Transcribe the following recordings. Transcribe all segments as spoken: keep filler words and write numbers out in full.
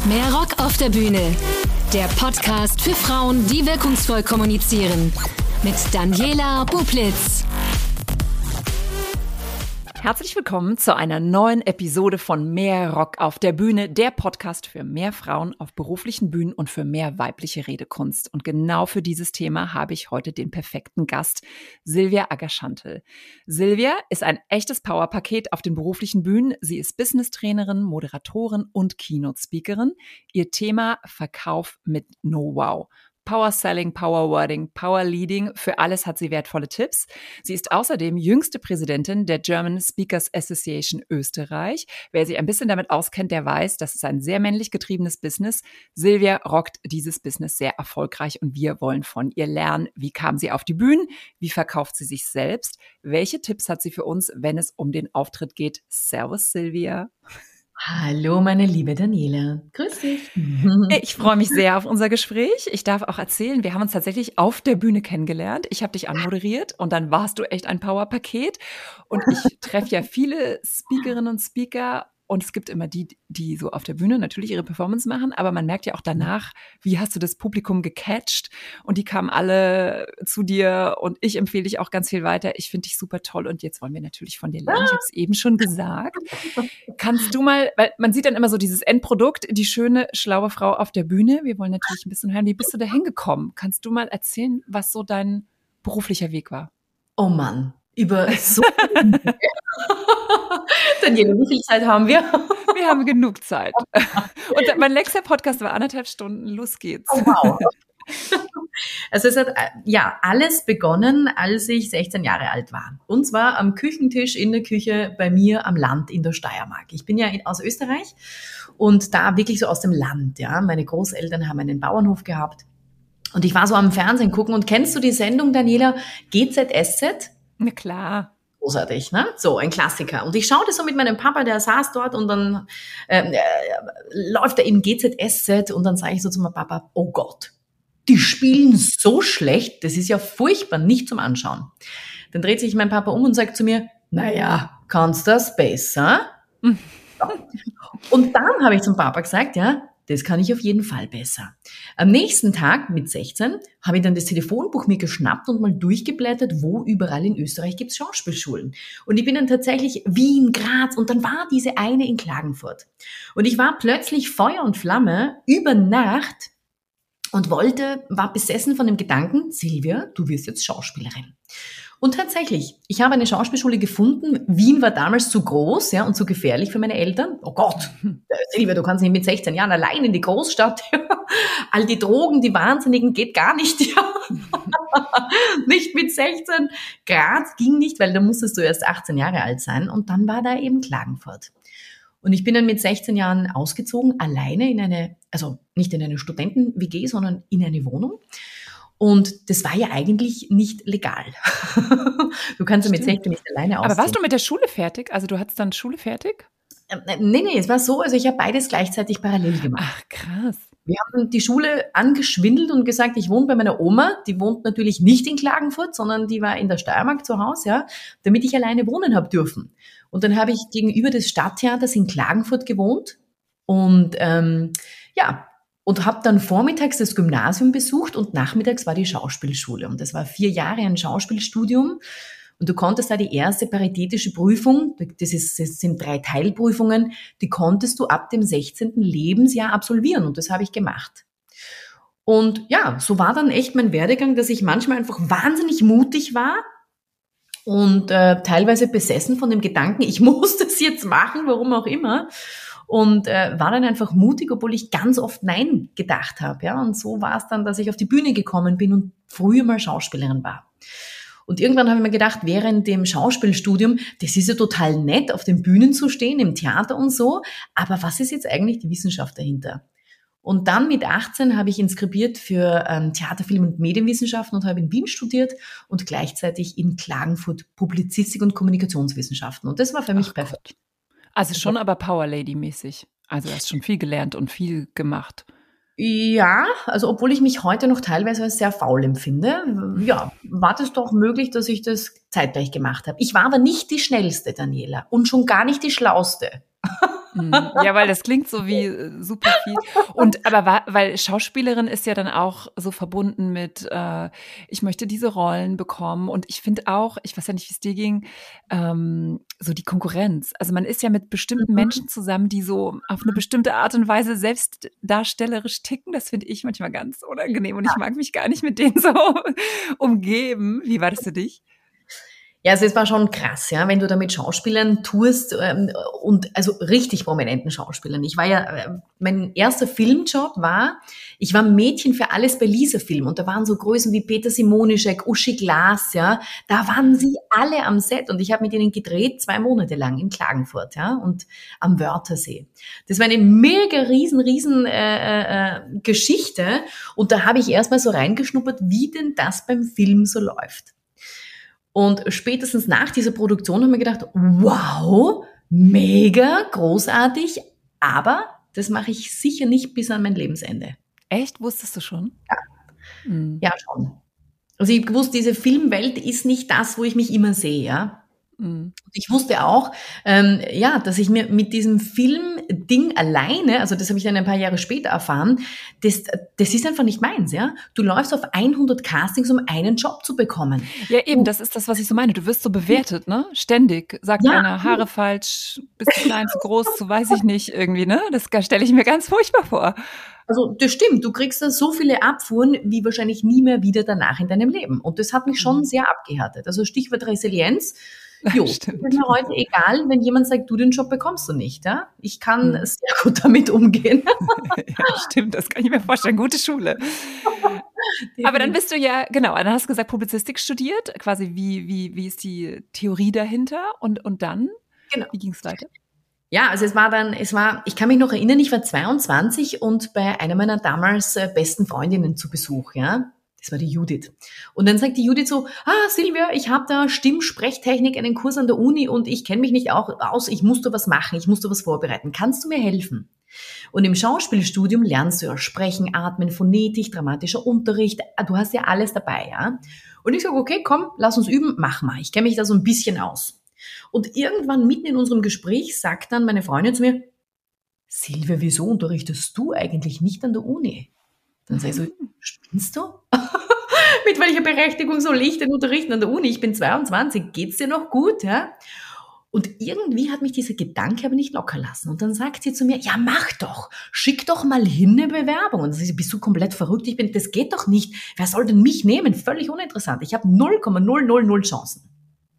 Mehr Rock auf der Bühne. Der Podcast für Frauen, die wirkungsvoll kommunizieren. Mit Daniela Bublitz. Herzlich willkommen zu einer neuen Episode von Mehr Rock auf der Bühne, der Podcast für mehr Frauen auf beruflichen Bühnen und für mehr weibliche Redekunst. Und genau für dieses Thema habe ich heute den perfekten Gast, Silvia Aggerschantl. Silvia ist ein echtes Powerpaket auf den beruflichen Bühnen. Sie ist Business-Trainerin, Moderatorin und Keynote-Speakerin. Ihr Thema: Verkauf mit Know-how. Power Selling, Power Wording, Power Leading, für alles hat sie wertvolle Tipps. Sie ist außerdem jüngste Präsidentin der German Speakers Association Österreich. Wer sich ein bisschen damit auskennt, der weiß, das ist ein sehr männlich getriebenes Business. Silvia rockt dieses Business sehr erfolgreich und wir wollen von ihr lernen. Wie kam sie auf die Bühnen? Wie verkauft sie sich selbst? Welche Tipps hat sie für uns, wenn es um den Auftritt geht? Servus, Silvia. Hallo, meine liebe Daniela. Grüß dich. Ich freue mich sehr auf unser Gespräch. Ich darf auch erzählen, wir haben uns tatsächlich auf der Bühne kennengelernt. Ich habe dich anmoderiert und dann warst du echt ein Powerpaket. Und ich treffe ja viele Speakerinnen und Speaker. Und es gibt immer die, die so auf der Bühne natürlich ihre Performance machen, aber man merkt ja auch danach, wie hast du das Publikum gecatcht, und die kamen alle zu dir und ich empfehle dich auch ganz viel weiter. Ich finde dich super toll und jetzt wollen wir natürlich von dir lernen. Ich habe es eben schon gesagt. Kannst du mal, weil man sieht dann immer so dieses Endprodukt, die schöne, schlaue Frau auf der Bühne. Wir wollen natürlich ein bisschen hören, wie bist du da hingekommen? Kannst du mal erzählen, was so dein beruflicher Weg war? Oh Mann, über so Daniela, wie viel Zeit haben wir? Wir haben genug Zeit. Und mein letzter Podcast war anderthalb Stunden. Los geht's. Oh, wow. Also es hat ja alles begonnen, als ich sechzehn Jahre alt war. Und zwar am Küchentisch in der Küche bei mir am Land in der Steiermark. Ich bin ja aus Österreich und da wirklich so aus dem Land. Ja, meine Großeltern haben einen Bauernhof gehabt und ich war so am Fernsehen gucken. Und kennst du die Sendung, Daniela, G Z S Z? Na klar. Großartig, ne? So, ein Klassiker. Und ich schaute so mit meinem Papa, der saß dort und dann äh, äh, läuft er im G Z S Z und dann sage ich so zu meinem Papa, oh Gott, die spielen so schlecht, das ist ja furchtbar, nicht zum Anschauen. Dann dreht sich mein Papa um und sagt zu mir, naja, kannst das besser? Mhm. Ja. Und dann habe ich zum Papa gesagt, ja, das kann ich auf jeden Fall besser. Am nächsten Tag mit sechzehn habe ich dann das Telefonbuch mir geschnappt und mal durchgeblättert, wo überall in Österreich gibt es Schauspielschulen. Und ich bin dann tatsächlich Wien, Graz und dann war diese eine in Klagenfurt. Und ich war plötzlich Feuer und Flamme über Nacht und wollte, war besessen von dem Gedanken, Silvia, du wirst jetzt Schauspielerin. Und tatsächlich, ich habe eine Schauspielschule gefunden. Wien war damals zu groß, ja, und zu gefährlich für meine Eltern. Oh Gott, Silvia, du kannst nicht mit sechzehn Jahren allein in die Großstadt. All die Drogen, die Wahnsinnigen, geht gar nicht. Ja. Nicht mit sechzehn. Graz ging nicht, weil da musstest du erst achtzehn Jahre alt sein. Und dann war da eben Klagenfurt. Und ich bin dann mit sechzehn Jahren ausgezogen, alleine in eine, also nicht in eine Studenten-W G, sondern in eine Wohnung. Und das war ja eigentlich nicht legal. Du kannst ja mit sechzehn nicht alleine ausziehen. Aber warst du mit der Schule fertig? Also du hattest dann Schule fertig? Ähm, nee, nee, es war so, also ich habe beides gleichzeitig parallel gemacht. Ach, krass. Wir haben die Schule angeschwindelt und gesagt, ich wohne bei meiner Oma. Die wohnt natürlich nicht in Klagenfurt, sondern die war in der Steiermark zu Hause, ja, damit ich alleine wohnen habe dürfen. Und dann habe ich gegenüber des Stadttheaters in Klagenfurt gewohnt und ähm, ja, und habe dann vormittags das Gymnasium besucht und nachmittags war die Schauspielschule. Und das war vier Jahre ein Schauspielstudium. Und du konntest da die erste paritätische Prüfung, das, ist, das sind drei Teilprüfungen, die konntest du ab dem sechzehnten Lebensjahr absolvieren. Und das habe ich gemacht. Und ja, so war dann echt mein Werdegang, dass ich manchmal einfach wahnsinnig mutig war und äh, teilweise besessen von dem Gedanken, ich muss das jetzt machen, warum auch immer. Und äh, war dann einfach mutig, obwohl ich ganz oft Nein gedacht habe. Ja? Und so war es dann, dass ich auf die Bühne gekommen bin und früher mal Schauspielerin war. Und irgendwann habe ich mir gedacht, während dem Schauspielstudium, das ist ja total nett, auf den Bühnen zu stehen, im Theater und so, aber was ist jetzt eigentlich die Wissenschaft dahinter? Und dann mit achtzehn habe ich inskribiert für ähm, Theater, Film und Medienwissenschaften und habe in Wien studiert und gleichzeitig in Klagenfurt Publizistik und Kommunikationswissenschaften. Und das war für mich Ach perfekt. Gott. Also schon aber Power Lady-mäßig. Also du hast schon viel gelernt und viel gemacht. Ja, also obwohl ich mich heute noch teilweise als sehr faul empfinde, ja, war das doch möglich, dass ich das zeitgleich gemacht habe. Ich war aber nicht die Schnellste, Daniela, und schon gar nicht die Schlauste. Ja, weil das klingt so wie äh, super viel. Und aber wa- weil Schauspielerin ist ja dann auch so verbunden mit, äh, ich möchte diese Rollen bekommen. Und ich finde auch, ich weiß ja nicht, wie es dir ging, ähm, so die Konkurrenz. Also man ist ja mit bestimmten Mhm. Menschen zusammen, die so auf eine bestimmte Art und Weise selbstdarstellerisch ticken. Das finde ich manchmal ganz unangenehm und ich mag mich gar nicht mit denen so umgeben. Wie war das für dich? Ja, also es war schon krass, ja, wenn du da mit Schauspielern tust ähm, und also richtig prominenten Schauspielern. Ich war ja, äh, mein erster Filmjob war, ich war Mädchen für alles bei Lisa Film und da waren so Größen wie Peter Simonischek, Uschi Glas, ja, da waren sie alle am Set und ich habe mit ihnen gedreht, zwei Monate lang in Klagenfurt, ja, und am Wörthersee. Das war eine mega riesen, riesen äh, äh, Geschichte und da habe ich erstmal so reingeschnuppert, wie denn das beim Film so läuft. Und spätestens nach dieser Produktion haben wir gedacht, wow, mega, großartig, aber das mache ich sicher nicht bis an mein Lebensende. Echt? Wusstest du schon? Mhm. Ja, schon. Also ich wusste, diese Filmwelt ist nicht das, wo ich mich immer sehe, ja. Mhm. Und ich wusste auch, ähm, ja, dass ich mir mit diesem Filmding alleine, also das habe ich dann ein paar Jahre später erfahren, das, das ist einfach nicht meins, ja. Du läufst auf hundert Castings, um einen Job zu bekommen. Ja, eben, Du, das ist das, was ich so meine. Du wirst so bewertet, ne? Ständig. Sagt ja, einer Haare falsch, bist du klein, zu groß, zu weiß ich nicht irgendwie, ne? Das stelle ich mir ganz furchtbar vor. also das stimmt, du kriegst da so viele Abfuhren wie wahrscheinlich nie mehr wieder danach in deinem Leben. Und das hat mich schon Mhm. sehr abgehärtet. Also Stichwort Resilienz. Jo, das ist Stimmt. mir heute egal, wenn jemand sagt, du den Job bekommst du nicht. Ja? Ich kann Mhm. sehr gut damit umgehen. Ja, stimmt, das kann ich mir vorstellen. Gute Schule. Aber dann bist du ja, genau, dann hast du gesagt, Publizistik studiert. Quasi, wie, wie, wie ist die Theorie dahinter? Und, und dann? Genau. Wie ging es weiter? Ja, also es war dann, es war, ich kann mich noch erinnern, ich war zweiundzwanzig und bei einer meiner damals äh, besten Freundinnen zu Besuch, ja. Das war die Judith. Und dann sagt die Judith so, ah, Silvia, ich habe da Stimm-Sprechtechnik, einen Kurs an der Uni und ich kenne mich nicht auch aus, ich muss da was machen, ich muss da was vorbereiten. Kannst du mir helfen? Und im Schauspielstudium lernst du ja Sprechen, Atmen, Phonetik, dramatischer Unterricht, du hast ja alles dabei, ja. Und ich sage, okay, komm, lass uns üben, mach mal. Ich kenne mich da so ein bisschen aus. Und irgendwann mitten in unserem Gespräch sagt dann meine Freundin zu mir, Silvia, wieso unterrichtest du eigentlich nicht an der Uni? Dann sage ich so, spinnst du? Mit welcher Berechtigung soll ich denn unterrichten an der Uni? Ich bin zweiundzwanzig, geht's dir noch gut? Ja? Und irgendwie hat mich dieser Gedanke aber nicht locker lassen. Und dann sagt sie zu mir, ja, mach doch, schick doch mal hin eine Bewerbung. Und dann sage ich, bist du komplett verrückt? Ich bin, das geht doch nicht. Wer soll denn mich nehmen? Völlig uninteressant. Ich habe null Komma null null null Chancen.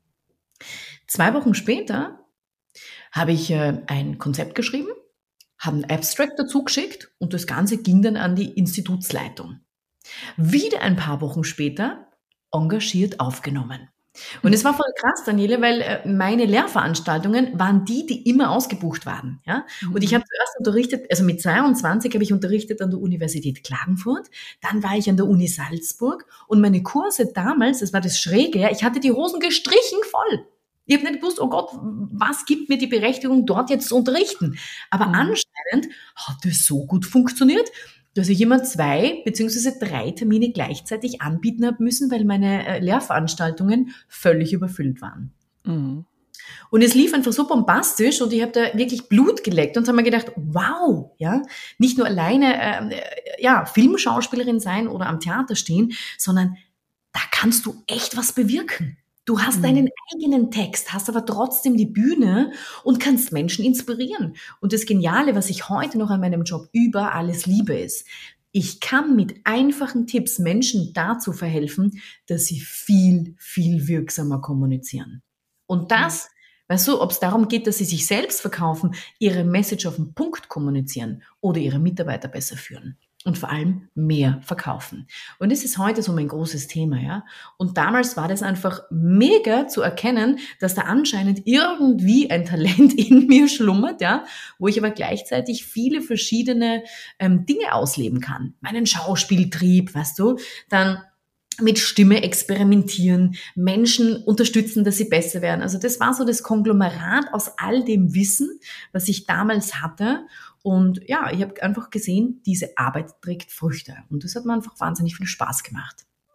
Zwei Wochen später habe ich äh, ein Konzept geschrieben, habe einen Abstract dazu geschickt und das Ganze ging dann an die Institutsleitung. Wieder ein paar Wochen später engagiert aufgenommen. Und es war voll krass, Daniele, weil äh, meine Lehrveranstaltungen waren die, die immer ausgebucht waren. Ja? Und ich habe zuerst unterrichtet, also mit zweiundzwanzig habe ich unterrichtet an der Universität Klagenfurt, dann war ich an der Uni Salzburg und meine Kurse damals, das war das Schräge, ja, ich hatte die Hosen gestrichen voll. Ich habe nicht gewusst, oh Gott, was gibt mir die Berechtigung, dort jetzt zu unterrichten? Aber Mhm. anscheinend hat das so gut funktioniert, dass ich immer zwei beziehungsweise drei Termine gleichzeitig anbieten habe müssen, weil meine äh, Lehrveranstaltungen völlig überfüllt waren. Mhm. Und es lief einfach so bombastisch und ich habe da wirklich Blut geleckt und habe mir gedacht, wow, ja, nicht nur alleine äh, ja, Filmschauspielerin sein oder am Theater stehen, sondern da kannst du echt was bewirken. Du hast Mhm. deinen eigenen Text, hast aber trotzdem die Bühne und kannst Menschen inspirieren. Und das Geniale, was ich heute noch an meinem Job über alles liebe, ist, ich kann mit einfachen Tipps Menschen dazu verhelfen, dass sie viel, viel wirksamer kommunizieren. Und das, weißt du, ob es darum geht, dass sie sich selbst verkaufen, ihre Message auf den Punkt kommunizieren oder ihre Mitarbeiter besser führen. Und vor allem mehr verkaufen. Und das ist heute so mein großes Thema, ja. Und damals war das einfach mega zu erkennen, dass da anscheinend irgendwie ein Talent in mir schlummert, ja, wo ich aber gleichzeitig viele verschiedene ähm, Dinge ausleben kann. Meinen Schauspieltrieb, weißt du, dann mit Stimme experimentieren, Menschen unterstützen, dass sie besser werden. Also das war so das Konglomerat aus all dem Wissen, was ich damals hatte. Und ja, ich habe einfach gesehen, diese Arbeit trägt Früchte. Und das hat mir einfach wahnsinnig viel Spaß gemacht.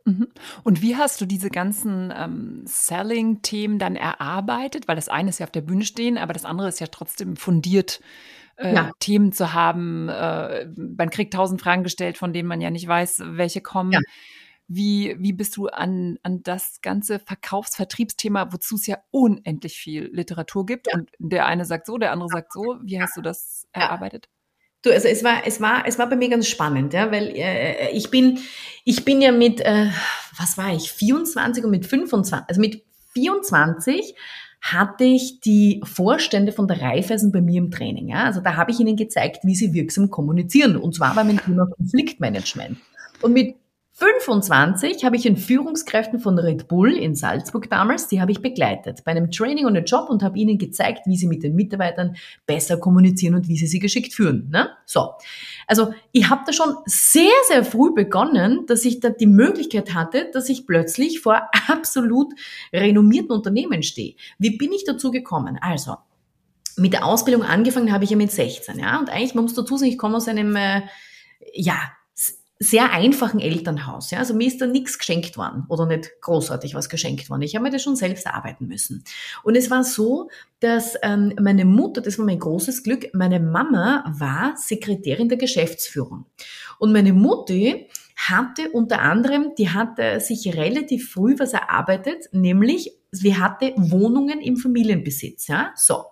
Mhm. Und wie hast du diese ganzen ähm, Selling-Themen dann erarbeitet? Weil das eine ist ja auf der Bühne stehen, aber das andere ist ja trotzdem fundiert, äh, Ja. Themen zu haben. Äh, man kriegt tausend Fragen gestellt, von denen man ja nicht weiß, welche Ja. kommen. Wie, wie bist du an, an das ganze Verkaufs-Vertriebsthema, wozu es ja unendlich viel Literatur gibt Ja. und der eine sagt so, der andere sagt so. Wie hast du das Ja. erarbeitet? Du, also es war, es war, es war bei mir ganz spannend, ja, weil äh, ich bin, ich bin ja mit, äh, was war ich, vierundzwanzig und mit fünfundzwanzig, also mit vierundzwanzig hatte ich die Vorstände von der Raiffeisen bei mir im Training, ja, also da habe ich ihnen gezeigt, wie sie wirksam kommunizieren, und zwar beim Thema Konfliktmanagement. Und mit fünfundzwanzig habe ich den Führungskräften von Red Bull in Salzburg damals, die habe ich begleitet bei einem Training und einem Job und habe ihnen gezeigt, wie sie mit den Mitarbeitern besser kommunizieren und wie sie sie geschickt führen. Ne? So, also ich habe da schon sehr, sehr früh begonnen, dass ich da die Möglichkeit hatte, dass ich plötzlich vor absolut renommierten Unternehmen stehe. Wie bin ich dazu gekommen? Also, mit der Ausbildung angefangen habe ich ja mit sechzehn, ja, und eigentlich, man muss dazu sagen, ich komme aus einem, äh, ja, sehr einfachen Elternhaus. Ja? Also mir ist da nichts geschenkt worden oder nicht großartig was geschenkt worden. Ich habe mir das schon selbst erarbeiten müssen. Und es war so, dass ähm, meine Mutter, das war mein großes Glück, meine Mama war Sekretärin der Geschäftsführung. Und meine Mutti hatte unter anderem, die hat äh, sich relativ früh was erarbeitet, nämlich sie hatte Wohnungen im Familienbesitz. Ja? So.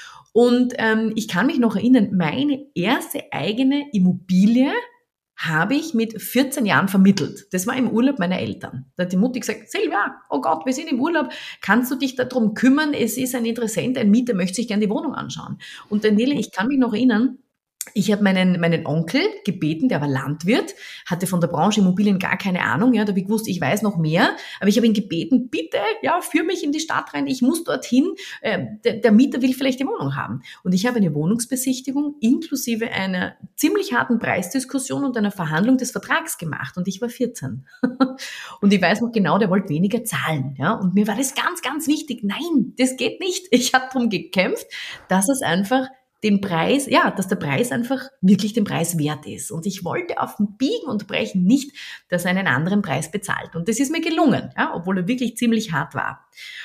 Und ähm, ich kann mich noch erinnern, meine erste eigene Immobilie habe ich mit vierzehn Jahren vermittelt. Das war im Urlaub meiner Eltern. Da hat die Mutti gesagt, Silvia, oh Gott, wir sind im Urlaub, kannst du dich darum kümmern? Es ist ein Interessent, ein Mieter möchte sich gerne die Wohnung anschauen. Und Daniele, ich kann mich noch erinnern, ich habe meinen, meinen Onkel gebeten, der war Landwirt, hatte von der Branche Immobilien gar keine Ahnung, ja, da habe ich gewusst, ich weiß noch mehr, aber ich habe ihn gebeten, bitte, ja, führ mich in die Stadt rein, ich muss dorthin, äh, der, der Mieter will vielleicht die Wohnung haben. Und ich habe eine Wohnungsbesichtigung inklusive einer ziemlich harten Preisdiskussion und einer Verhandlung des Vertrags gemacht und ich war vierzehn. Und ich weiß noch genau, der wollte weniger zahlen, ja, und mir war das ganz, ganz wichtig, nein, das geht nicht. Ich habe darum gekämpft, dass es einfach den Preis, ja, dass der Preis einfach wirklich den Preis wert ist. Und ich wollte auf dem Biegen und Brechen nicht, dass er einen anderen Preis bezahlt. Und das ist mir gelungen, ja, obwohl er wirklich ziemlich hart war.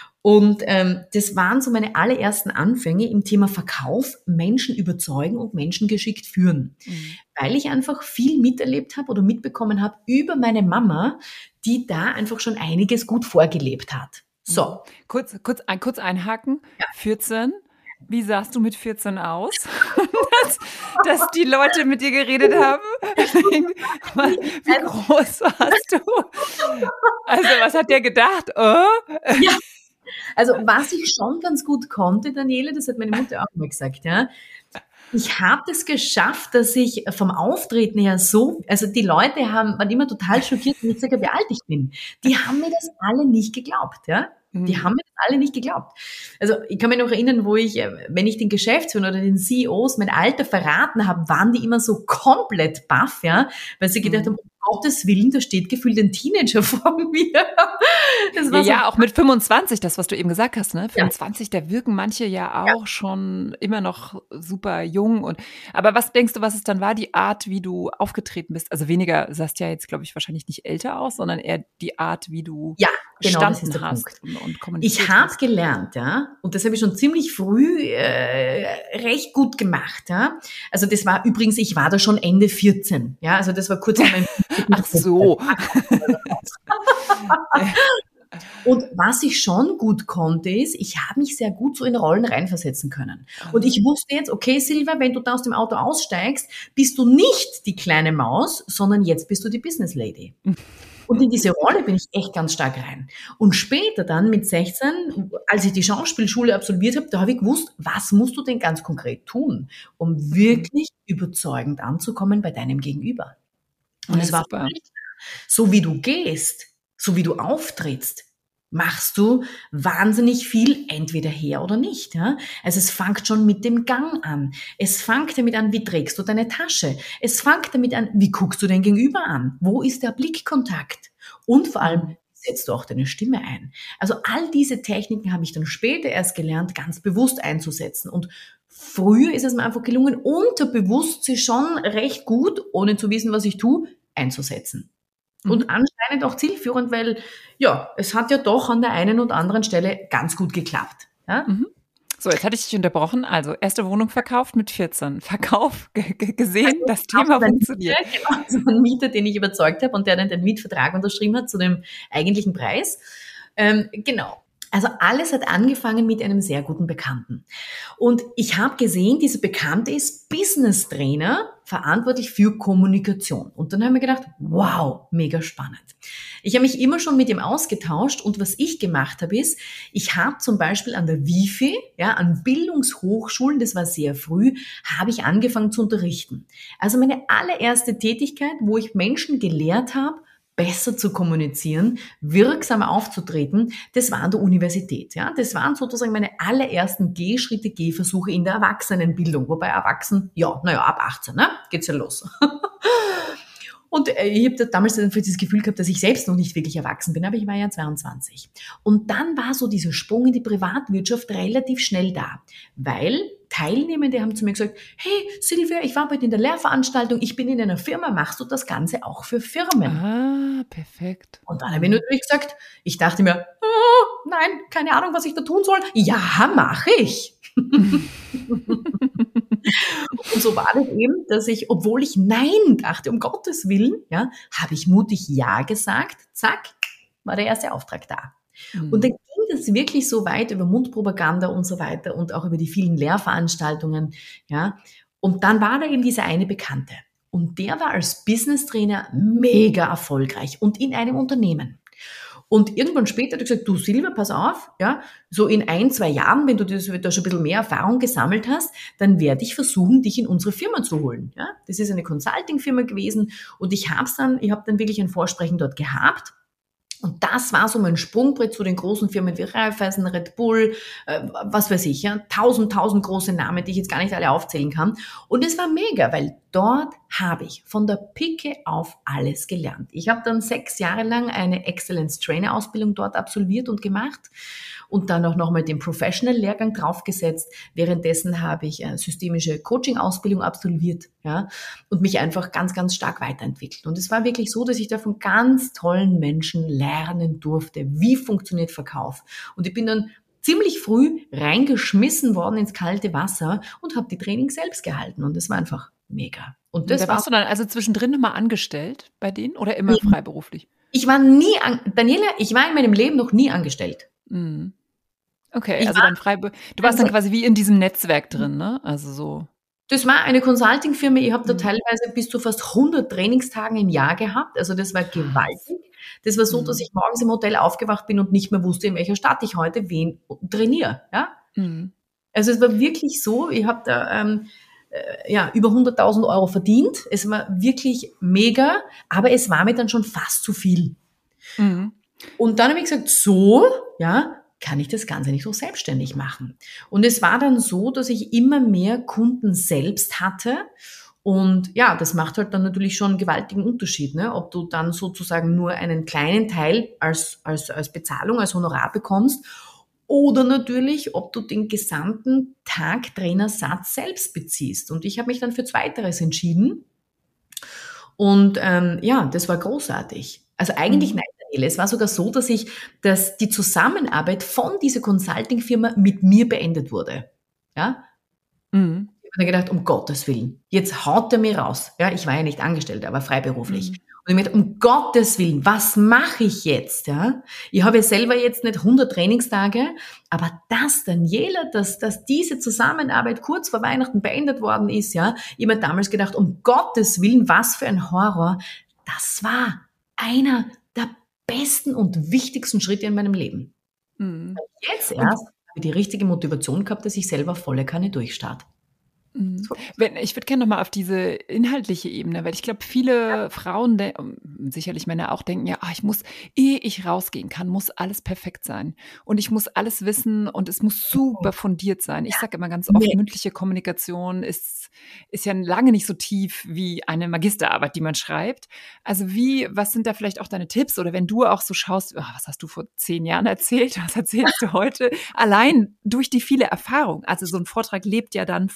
Und ähm, das waren so meine allerersten Anfänge im Thema Verkauf, Menschen überzeugen und Menschen geschickt führen. Mhm. Weil ich einfach viel miterlebt habe oder mitbekommen habe über meine Mama, die da einfach schon einiges gut vorgelebt hat. So. Kurz, kurz, ein, kurz einhaken. Ja. vierzehn. Wie sahst du mit vierzehn aus? dass, dass die Leute mit dir geredet haben? Wie groß warst du? Also, was hat der gedacht? Oh? Ja, also was ich schon ganz gut konnte, Daniele, das hat meine Mutter auch mal gesagt, ja. Ich habe das geschafft, dass ich vom Auftreten her so, also die Leute haben, waren immer total schockiert, wenn ich sage, wie alt ich bin. Die haben mir das alle nicht geglaubt, ja. Die haben mir das alle nicht geglaubt. Also ich kann mich noch erinnern, wo ich, wenn ich den Geschäftsführern oder den C E Os mein Alter verraten habe, waren die immer so komplett baff, ja, weil sie gedacht haben, um Gottes Willen, da steht gefühlt ein Teenager vor mir. Das war ja, so ja, auch mit fünfundzwanzig, das, was du eben gesagt hast, ne? fünfundzwanzig, ja. Da wirken manche ja auch ja. schon immer noch super jung. Und aber was denkst du, was es dann war, die Art, wie du aufgetreten bist? Also weniger, sahst ja jetzt, glaube ich, wahrscheinlich nicht älter aus, sondern eher die Art, wie du ja, genau, gestanden das ist der hast Punkt. und, und kommuniziert Ich habe hast. gelernt, ja, und das habe ich schon ziemlich früh äh, recht gut gemacht, ja. Also das war übrigens, ich war da schon Ende vierzehn, ja, also das war kurz nach meinem Ach so. Und was ich schon gut konnte, ist, ich habe mich sehr gut so in Rollen reinversetzen können. Und ich wusste jetzt, okay, Silvia, wenn du da aus dem Auto aussteigst, bist du nicht die kleine Maus, sondern jetzt bist du die Business Lady. Und in diese Rolle bin ich echt ganz stark rein. Und später dann mit sechzehn, als ich die Schauspielschule absolviert habe, da habe ich gewusst, was musst du denn ganz konkret tun, um wirklich überzeugend anzukommen bei deinem Gegenüber. Und es war so, wie du gehst, so wie du auftrittst, machst du wahnsinnig viel entweder her oder nicht. Ja? Also es fängt schon mit dem Gang an. Es fängt damit an, wie trägst du deine Tasche. Es fängt damit an, wie guckst du dein Gegenüber an. Wo ist der Blickkontakt? Und vor allem, setzt du auch deine Stimme ein. Also all diese Techniken habe ich dann später erst gelernt, ganz bewusst einzusetzen. Und früher ist es mir einfach gelungen, unterbewusst sie schon recht gut, ohne zu wissen, was ich tue, einzusetzen. Und anscheinend auch zielführend, weil ja, es hat ja doch an der einen und anderen Stelle ganz gut geklappt. Ja? Mhm. So, jetzt hatte ich dich unterbrochen. Also, erste Wohnung verkauft mit vierzehn. Verkauf g- g- gesehen, Also, das Thema funktioniert. Genau, so ein Mieter, den ich überzeugt habe und der dann den Mietvertrag unterschrieben hat zu dem eigentlichen Preis. Ähm, genau. Also alles hat angefangen mit einem sehr guten Bekannten. Und ich habe gesehen, dieser Bekannte ist Business Trainer, verantwortlich für Kommunikation. Und dann haben wir gedacht, wow, mega spannend. Ich habe mich immer schon mit ihm ausgetauscht und was ich gemacht habe ist, ich habe zum Beispiel an der W I F I, ja, an Bildungshochschulen, das war sehr früh, habe ich angefangen zu unterrichten. Also meine allererste Tätigkeit, wo ich Menschen gelehrt habe, besser zu kommunizieren, wirksamer aufzutreten, das war an der Universität. Ja? Das waren sozusagen meine allerersten Gehschritte, Gehversuche in der Erwachsenenbildung. Wobei Erwachsen, ja, naja, ab achtzehn, ne? Geht's ja los. Und ich habe damals dann das Gefühl gehabt, dass ich selbst noch nicht wirklich erwachsen bin, aber ich war ja zweiundzwanzig. Und dann war so dieser Sprung in die Privatwirtschaft relativ schnell da, weil Teilnehmende haben zu mir gesagt, hey Silvia, ich war bei dir in der Lehrveranstaltung, ich bin in einer Firma, machst du das Ganze auch für Firmen? Ah, perfekt. Und dann habe ich natürlich gesagt, ich dachte mir, oh, nein, keine Ahnung, was ich da tun soll. Ja, mache ich. Und so war das eben, dass ich, obwohl ich Nein dachte, um Gottes Willen, ja, habe ich mutig Ja gesagt. Zack, war der erste Auftrag da. Mhm. Und dann ging es wirklich so weit über Mundpropaganda und so weiter und auch über die vielen Lehrveranstaltungen, ja. Und dann war da eben dieser eine Bekannte. Und der war als Business-Trainer mega erfolgreich und in einem Unternehmen. Und irgendwann später hat er gesagt, du Silvia, pass auf, ja, so in ein, zwei Jahren, wenn du das, da schon ein bisschen mehr Erfahrung gesammelt hast, dann werde ich versuchen, dich in unsere Firma zu holen. Ja, das ist eine Consulting-Firma gewesen und ich habe dann, ich habe dann wirklich ein Vorsprechen dort gehabt. Und das war so mein Sprungbrett zu den großen Firmen wie Raiffeisen, Red Bull, äh, was weiß ich, ja, tausend, tausend große Namen, die ich jetzt gar nicht alle aufzählen kann. Und es war mega, weil dort habe ich von der Pike auf alles gelernt. Ich habe dann sechs Jahre lang eine Excellence-Trainer-Ausbildung dort absolviert und gemacht und dann auch nochmal den Professional-Lehrgang draufgesetzt. Währenddessen habe ich eine systemische Coaching-Ausbildung absolviert, ja, und mich einfach ganz, ganz stark weiterentwickelt. Und es war wirklich so, dass ich da von ganz tollen Menschen lernen durfte, wie funktioniert Verkauf. Und ich bin dann ziemlich früh reingeschmissen worden ins kalte Wasser und habe die Trainings selbst gehalten. Und das war einfach mega. Und das da warst war, du dann also zwischendrin nochmal angestellt bei denen oder immer Ja. freiberuflich? Ich war nie, an, Daniela, ich war in meinem Leben noch nie angestellt. Mhm. Okay, Ich also war- dann Freibe- du warst dann also- quasi wie in diesem Netzwerk drin, ne? Also so. Das war eine Consulting-Firma, ich habe da Mhm. teilweise bis zu fast hundert Trainingstagen im Jahr gehabt, also das war gewaltig. Das war so, Mhm. dass ich morgens im Hotel aufgewacht bin und nicht mehr wusste, in welcher Stadt ich heute wen trainiere. Ja? Mhm. Also es war wirklich so, ich habe da ähm, äh, ja, über hunderttausend Euro verdient, es war wirklich mega, aber es war mir dann schon fast zu viel. Mhm. Und dann habe ich gesagt, so, ja, kann ich das Ganze nicht so selbstständig machen. Und es war dann so, dass ich immer mehr Kunden selbst hatte. Und ja, das macht halt dann natürlich schon einen gewaltigen Unterschied, ne? Ob du dann sozusagen nur einen kleinen Teil als, als, als Bezahlung, als Honorar bekommst oder natürlich, ob du den gesamten Tagtrainersatz selbst beziehst. Und ich habe mich dann für Zweiteres entschieden. Und ähm, ja, das war großartig. Also eigentlich Mhm. nein, Daniele. Es war sogar so, dass ich, dass die Zusammenarbeit von dieser Consulting-Firma mit mir beendet wurde. Ja, Mhm. ich habe mir gedacht, um Gottes Willen, jetzt haut er mir raus. Ja, ich war ja nicht angestellt, aber freiberuflich. Mhm. Und ich mir gedacht, um Gottes Willen, was mache ich jetzt? Ja, ich habe ja selber jetzt nicht hundert Trainingstage, aber das, Daniela, dass, dass diese Zusammenarbeit kurz vor Weihnachten beendet worden ist, ja, ich habe mir damals gedacht, um Gottes Willen, was für ein Horror. Das war einer der besten und wichtigsten Schritte in meinem Leben. Mhm. Jetzt erst habe ich die richtige Motivation gehabt, dass ich selber volle Kanne durchstarte. Mhm. Wenn, ich würde gerne nochmal auf diese inhaltliche Ebene, weil ich glaube, viele Frauen, de- sicherlich Männer auch, denken ja, ah, ich muss, ehe ich rausgehen kann, muss alles perfekt sein. Und ich muss alles wissen und es muss super fundiert sein. Ich sage immer ganz oft, Nee. mündliche Kommunikation ist, ist ja lange nicht so tief wie eine Magisterarbeit, die man schreibt. Also wie, was sind da vielleicht auch deine Tipps? Oder wenn du auch so schaust, ah, was hast du vor zehn Jahren erzählt, was erzählst du heute? Allein durch die viele Erfahrung. Also so ein Vortrag lebt ja dann von tausend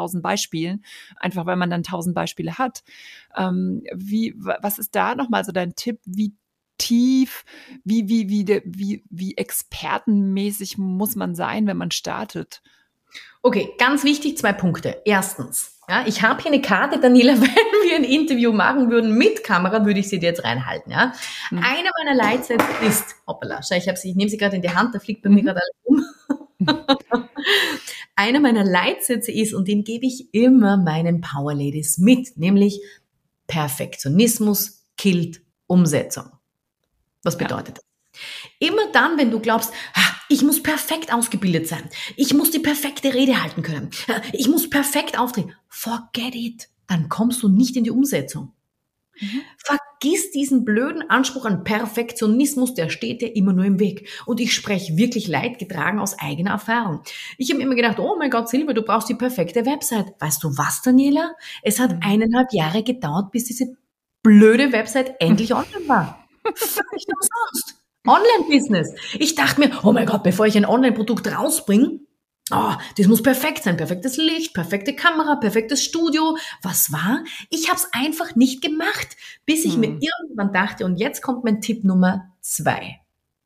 tausend Beispielen, einfach weil man dann tausend Beispiele hat. Ähm, wie, was ist da nochmal so dein Tipp? Wie tief, wie, wie, wie, de, wie, wie expertenmäßig muss man sein, wenn man startet? Okay, ganz wichtig, zwei Punkte. Erstens, ja, ich habe hier eine Karte, Daniela, wenn wir ein Interview machen würden mit Kamera, würde ich sie dir jetzt reinhalten. Ja. Hm. Einer meiner Leitsätze ist, hoppala, schau, ich, sie, ich nehme sie gerade in die Hand, da fliegt bei mhm. mir gerade alles um. Einer meiner Leitsätze ist, und den gebe ich immer meinen Power Ladies mit, nämlich Perfektionismus killt Umsetzung. Was bedeutet das? Ja. Immer dann, wenn du glaubst, ich muss perfekt ausgebildet sein, ich muss die perfekte Rede halten können, ich muss perfekt auftreten, forget it, dann kommst du nicht in die Umsetzung. Mhm. Vergiss diesen blöden Anspruch an Perfektionismus, der steht dir immer nur im Weg. Und ich spreche wirklich leidgetragen aus eigener Erfahrung. Ich habe immer gedacht, oh mein Gott, Silvia, du brauchst die perfekte Website. Weißt du was, Daniela? Es hat mhm. eineinhalb Jahre gedauert, bis diese blöde Website endlich online war. Völlig umsonst. Online-Business. Ich dachte mir, oh mein Gott, bevor ich ein Online-Produkt rausbringe, oh, das muss perfekt sein. Perfektes Licht, perfekte Kamera, perfektes Studio. Was war? Ich habe es einfach nicht gemacht, bis ich hm. mir irgendwann dachte, und jetzt kommt mein Tipp Nummer zwei.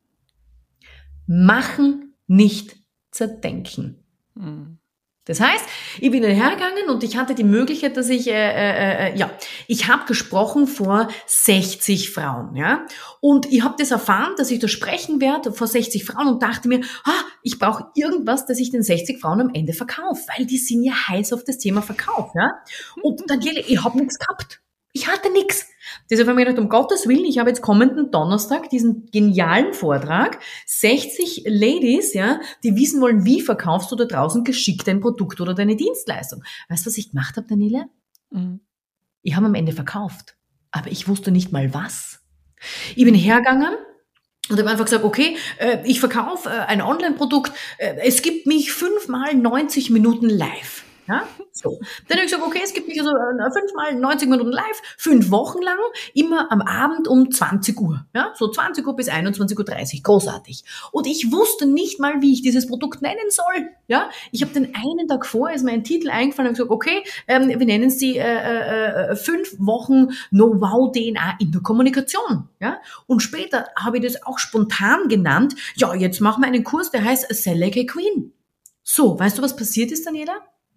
Machen, nicht zerdenken. Hm. Das heißt, ich bin hergegangen und ich hatte die Möglichkeit, dass ich, äh, äh, ja, ich habe gesprochen vor sechzig Frauen, ja, und ich habe das erfahren, dass ich da sprechen werde vor sechzig Frauen und dachte mir, ah, ich brauche irgendwas, das ich den sechzig Frauen am Ende verkaufe, weil die sind ja heiß auf das Thema Verkauf, ja. Und Daniela, ich habe nichts gehabt. Ich hatte nichts. Deshalb habe ich mir gedacht, um Gottes Willen, ich habe jetzt kommenden Donnerstag diesen genialen Vortrag, sechzig Ladies, ja, die wissen wollen, wie verkaufst du da draußen geschickt dein Produkt oder deine Dienstleistung. Weißt du, was ich gemacht habe, Daniela? Mhm. Ich habe am Ende verkauft, aber ich wusste nicht mal was. Ich bin hergegangen und habe einfach gesagt, okay, ich verkaufe ein Online-Produkt, es gibt mich fünfmal neunzig Minuten live. Ja, so. Dann habe ich gesagt, okay, es gibt mich also fünfmal neunzig Minuten live, fünf Wochen lang, immer am Abend um zwanzig Uhr. Ja, so zwanzig Uhr bis einundzwanzig Uhr dreißig. Großartig. Und ich wusste nicht mal, wie ich dieses Produkt nennen soll. Ja, ich habe den einen Tag vorher, ist mir ein Titel eingefallen und gesagt, okay, ähm, wir nennen es die äh, äh, fünf Wochen Know-how-D N A in der Kommunikation. Ja, und später habe ich das auch spontan genannt. Ja, jetzt machen wir einen Kurs, der heißt Sell Like a Queen. So, weißt du, was passiert ist, Daniela?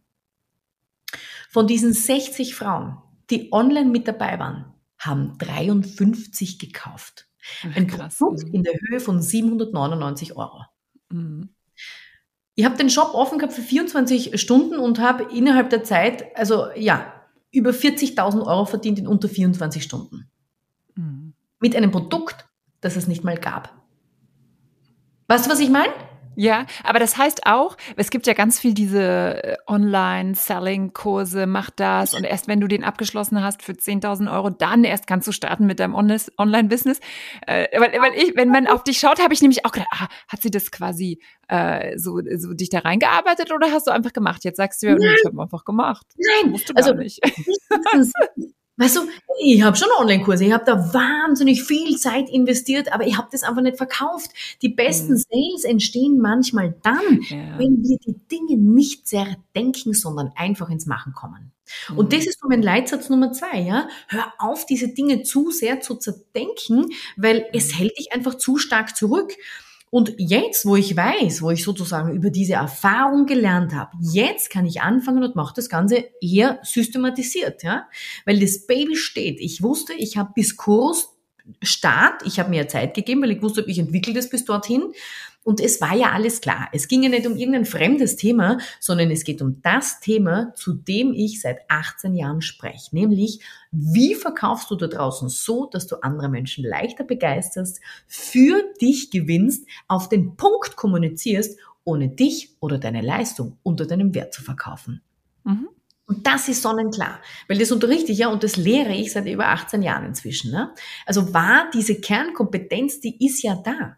Von diesen sechzig Frauen, die online mit dabei waren, haben dreiundfünfzig gekauft. Ein Krass. Produkt in der Höhe von siebenhundertneunundneunzig Euro. Mhm. Ich habe den Shop offen gehabt für vierundzwanzig Stunden und habe innerhalb der Zeit, also ja, über vierzigtausend Euro verdient in unter vierundzwanzig Stunden. Mhm. Mit einem Produkt, das es nicht mal gab. Weißt du, was ich meine? Ja, aber das heißt auch, es gibt ja ganz viel diese Online-Selling-Kurse, mach das und erst wenn du den abgeschlossen hast für zehntausend Euro, dann erst kannst du starten mit deinem Online-Business. Äh, weil, weil ich, wenn man auf dich schaut, habe ich nämlich auch gedacht, ah, hat sie das quasi äh, so, so dich da reingearbeitet oder hast du einfach gemacht? Jetzt sagst du ja, ich habe einfach gemacht. Nein, musst du also gar nicht. Weißt du, ich habe schon Online-Kurse, ich habe da wahnsinnig viel Zeit investiert, aber ich habe das einfach nicht verkauft. Die besten mhm. Sales entstehen manchmal dann, ja. wenn wir die Dinge nicht sehr denken, sondern einfach ins Machen kommen. Mhm. Und das ist so mein Leitsatz Nummer zwei, ja. Hör auf, diese Dinge zu sehr zu zerdenken, weil mhm. es hält dich einfach zu stark zurück. Und jetzt, wo ich weiß, wo ich sozusagen über diese Erfahrung gelernt habe, jetzt kann ich anfangen und mache das Ganze eher systematisiert, ja, weil das Baby steht. Ich wusste, ich habe bis Kursstart, ich habe mir ja Zeit gegeben, weil ich wusste, ich entwickle das bis dorthin. Und es war ja alles klar. Es ging ja nicht um irgendein fremdes Thema, sondern es geht um das Thema, zu dem ich seit achtzehn Jahren spreche. Nämlich, wie verkaufst du da draußen so, dass du andere Menschen leichter begeisterst, für dich gewinnst, auf den Punkt kommunizierst, ohne dich oder deine Leistung unter deinem Wert zu verkaufen. Mhm. Und das ist sonnenklar, weil das unterrichte ich ja und das lehre ich seit über achtzehn Jahren inzwischen. Ne? Also war diese Kernkompetenz, die ist ja da.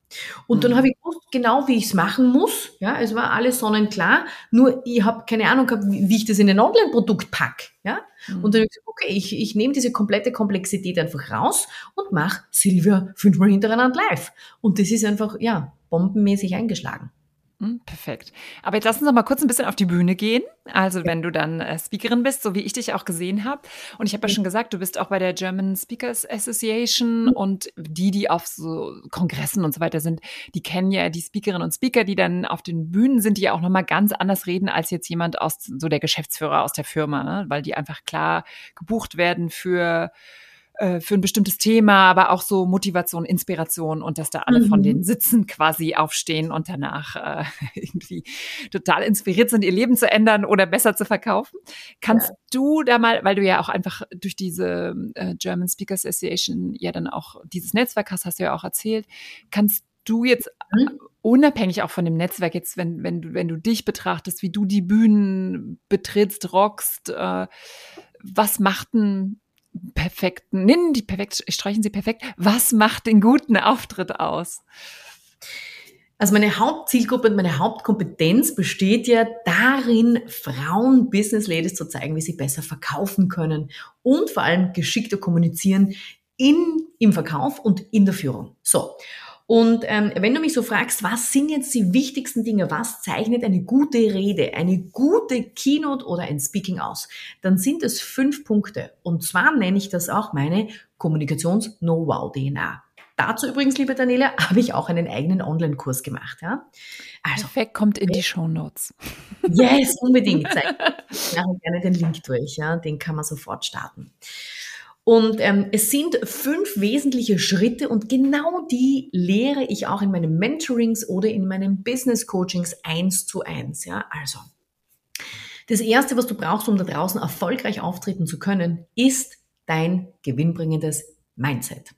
Und dann habe ich gewusst, genau wie ich es machen muss. Ja, es war alles sonnenklar. Nur ich habe keine Ahnung gehabt, wie ich das in ein Online-Produkt packe. Ja? Mhm. Und dann habe ich gesagt, okay, ich, ich nehme diese komplette Komplexität einfach raus und mache Silvia fünfmal hintereinander live. Und das ist einfach, ja, bombenmäßig eingeschlagen. Perfekt. Aber jetzt lass uns noch mal kurz ein bisschen auf die Bühne gehen. Also wenn du dann äh, Speakerin bist, so wie ich dich auch gesehen habe. Und ich habe ja schon gesagt, du bist auch bei der German Speakers Association und die, die auf so Kongressen und so weiter sind, die kennen ja die Speakerinnen und Speaker, die dann auf den Bühnen sind, die ja auch noch mal ganz anders reden als jetzt jemand aus, so der Geschäftsführer aus der Firma, ne? Weil die einfach klar gebucht werden für für ein bestimmtes Thema, aber auch so Motivation, Inspiration und dass da alle mhm. von den Sitzen quasi aufstehen und danach äh, irgendwie total inspiriert sind, ihr Leben zu ändern oder besser zu verkaufen. Kannst ja. du da mal, weil du ja auch einfach durch diese äh, German Speakers Association ja dann auch dieses Netzwerk hast, hast du ja auch erzählt, kannst du jetzt mhm. unabhängig auch von dem Netzwerk jetzt, wenn, wenn du, wenn du dich betrachtest, wie du die Bühnen betrittst, rockst, äh, was macht denn perfekten, nennen die perfekt, streichen sie perfekt. Was macht den guten Auftritt aus? Also meine Hauptzielgruppe und meine Hauptkompetenz besteht ja darin, Frauen, Business Ladies zu zeigen, wie sie besser verkaufen können und vor allem geschickter kommunizieren in, im Verkauf und in der Führung. So. Und ähm, wenn du mich so fragst, was sind jetzt die wichtigsten Dinge, was zeichnet eine gute Rede, eine gute Keynote oder ein Speaking aus, dann sind es fünf Punkte. Und zwar nenne ich das auch meine Kommunikations-Know-how-D N A. Dazu übrigens, liebe Daniela, habe ich auch einen eigenen Online-Kurs gemacht. Ja? Also, perfekt, kommt in die Shownotes. Yes, unbedingt. Ich mache gerne den Link durch, ja? Den kann man sofort starten. Und ähm, es sind fünf wesentliche Schritte und genau die lehre ich auch in meinen Mentorings oder in meinen Business Coachings eins zu eins. Ja? Also, das Erste, was du brauchst, um da draußen erfolgreich auftreten zu können, ist dein gewinnbringendes Mindset.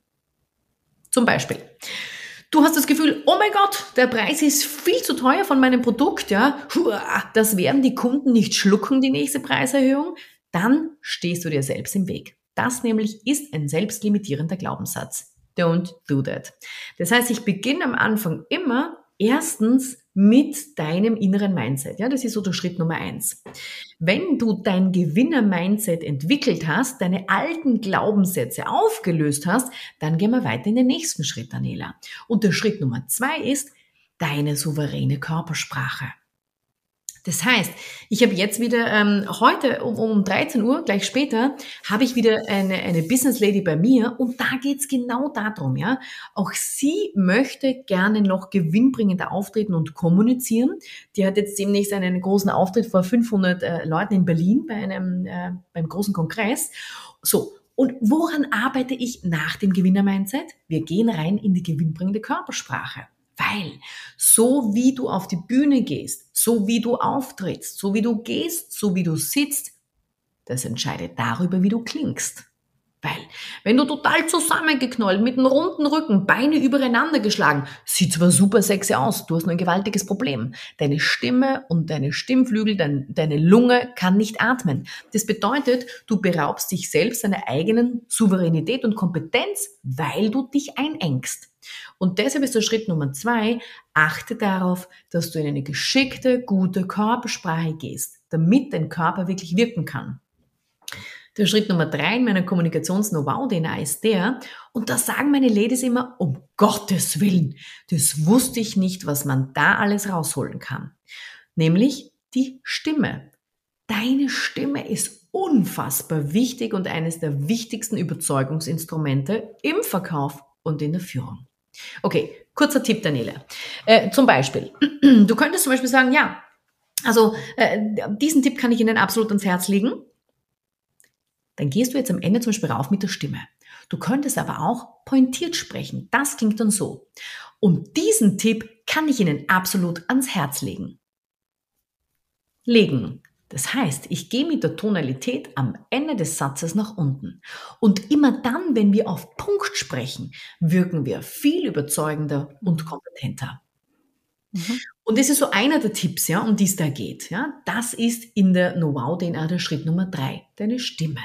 Zum Beispiel, du hast das Gefühl, oh mein Gott, der Preis ist viel zu teuer von meinem Produkt. Ja? Das werden die Kunden nicht schlucken, die nächste Preiserhöhung. Dann stehst du dir selbst im Weg. Das nämlich ist ein selbstlimitierender Glaubenssatz. Don't do that. Das heißt, ich beginne am Anfang immer erstens mit deinem inneren Mindset. Ja, das ist so der Schritt Nummer eins. Wenn du dein Gewinner-Mindset entwickelt hast, deine alten Glaubenssätze aufgelöst hast, dann gehen wir weiter in den nächsten Schritt, Daniela. Und der Schritt Nummer zwei ist deine souveräne Körpersprache. Das heißt, ich habe jetzt wieder, ähm, heute um, um dreizehn Uhr, gleich später, habe ich wieder eine, eine Business Lady bei mir und da geht's genau darum, ja. Auch sie möchte gerne noch gewinnbringender auftreten und kommunizieren. Die hat jetzt demnächst einen großen Auftritt vor fünfhundert äh, Leuten in Berlin bei einem, äh, beim großen Kongress. So. Und woran arbeite ich nach dem Gewinner-Mindset? Wir gehen rein in die gewinnbringende Körpersprache. Weil so wie du auf die Bühne gehst, so wie du auftrittst, so wie du gehst, so wie du sitzt, das entscheidet darüber, wie du klingst. Weil wenn du total zusammengeknollt, mit einem runden Rücken, Beine übereinander geschlagen, sieht zwar super sexy aus, du hast nur ein gewaltiges Problem. Deine Stimme und deine Stimmflügel, dein, deine Lunge kann nicht atmen. Das bedeutet, du beraubst dich selbst deiner eigenen Souveränität und Kompetenz, weil du dich einengst. Und deshalb ist der Schritt Nummer zwei, achte darauf, dass du in eine geschickte, gute Körpersprache gehst, damit dein Körper wirklich wirken kann. Der Schritt Nummer drei in meiner Kommunikations-Know-how-D N A ist der, und da sagen meine Ladies immer, um Gottes Willen, das wusste ich nicht, was man da alles rausholen kann. Nämlich die Stimme. Deine Stimme ist unfassbar wichtig und eines der wichtigsten Überzeugungsinstrumente im Verkauf und in der Führung. Okay, kurzer Tipp, Daniela. Äh, zum Beispiel, du könntest zum Beispiel sagen, ja, also äh, diesen Tipp kann ich Ihnen absolut ans Herz legen. Dann gehst du jetzt am Ende zum Beispiel rauf mit der Stimme. Du könntest aber auch pointiert sprechen. Das klingt dann so. Und diesen Tipp kann ich Ihnen absolut ans Herz legen. Legen. Das heißt, ich gehe mit der Tonalität am Ende des Satzes nach unten. Und immer dann, wenn wir auf Punkt sprechen, wirken wir viel überzeugender und kompetenter. Mhm. Und das ist so einer der Tipps, ja, um die es da geht. Ja. Das ist in der Know-how-D N A der Schritt Nummer drei, deine Stimme.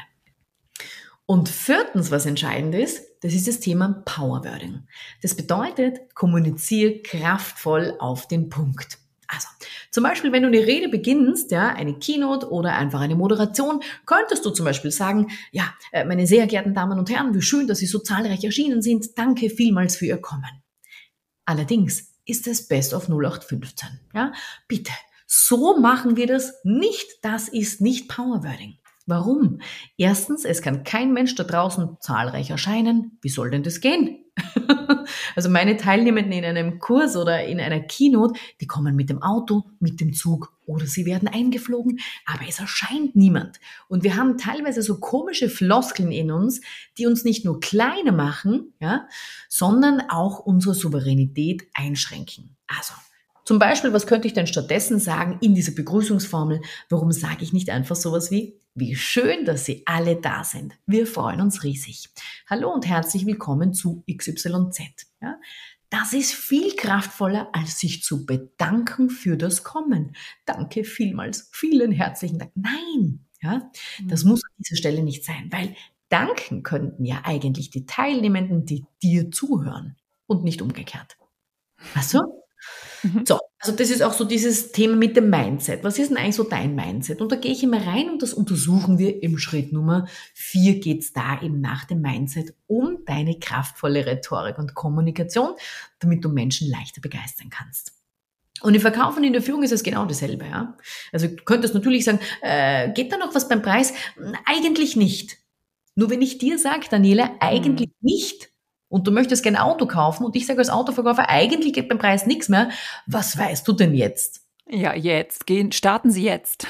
Und viertens, was entscheidend ist, das ist das Thema Powerwording. Das bedeutet, kommuniziere kraftvoll auf den Punkt. Also, zum Beispiel, wenn du eine Rede beginnst, ja, eine Keynote oder einfach eine Moderation, könntest du zum Beispiel sagen, ja, meine sehr geehrten Damen und Herren, wie schön, dass Sie so zahlreich erschienen sind. Danke vielmals für Ihr Kommen. Allerdings ist das Best of null acht fünfzehn. Ja, bitte. So machen wir das nicht. Das ist nicht Powerwording. Warum? Erstens, es kann kein Mensch da draußen zahlreich erscheinen. Wie soll denn das gehen? Also meine Teilnehmenden in einem Kurs oder in einer Keynote, die kommen mit dem Auto, mit dem Zug oder sie werden eingeflogen, aber es erscheint niemand. Und wir haben teilweise so komische Floskeln in uns, die uns nicht nur kleiner machen, ja, sondern auch unsere Souveränität einschränken. Also zum Beispiel, was könnte ich denn stattdessen sagen in dieser Begrüßungsformel? Warum sage ich nicht einfach sowas wie, wie schön, dass Sie alle da sind. Wir freuen uns riesig. Hallo und herzlich willkommen zu X Y Z. Ja, das ist viel kraftvoller, als sich zu bedanken für das Kommen. Danke vielmals, vielen herzlichen Dank. Nein, ja, das muss an dieser Stelle nicht sein, weil danken könnten ja eigentlich die Teilnehmenden, die dir zuhören und nicht umgekehrt. Weißt du? Mhm. So, also das ist auch so dieses Thema mit dem Mindset. Was ist denn eigentlich so dein Mindset? Und da gehe ich immer rein und das untersuchen wir im Schritt Nummer vier. Geht's da eben nach dem Mindset um deine kraftvolle Rhetorik und Kommunikation, damit du Menschen leichter begeistern kannst. Und im Verkauf und in der Führung ist es genau dasselbe. Ja? Also du könntest natürlich sagen, äh, geht da noch was beim Preis? Eigentlich nicht. Nur wenn ich dir sage, Daniela, eigentlich mhm. nicht, und du möchtest gerne ein Auto kaufen und ich sage als Autoverkäufer, eigentlich geht beim Preis nichts mehr. Was weißt du denn jetzt? Ja, jetzt. Gehen, starten Sie jetzt.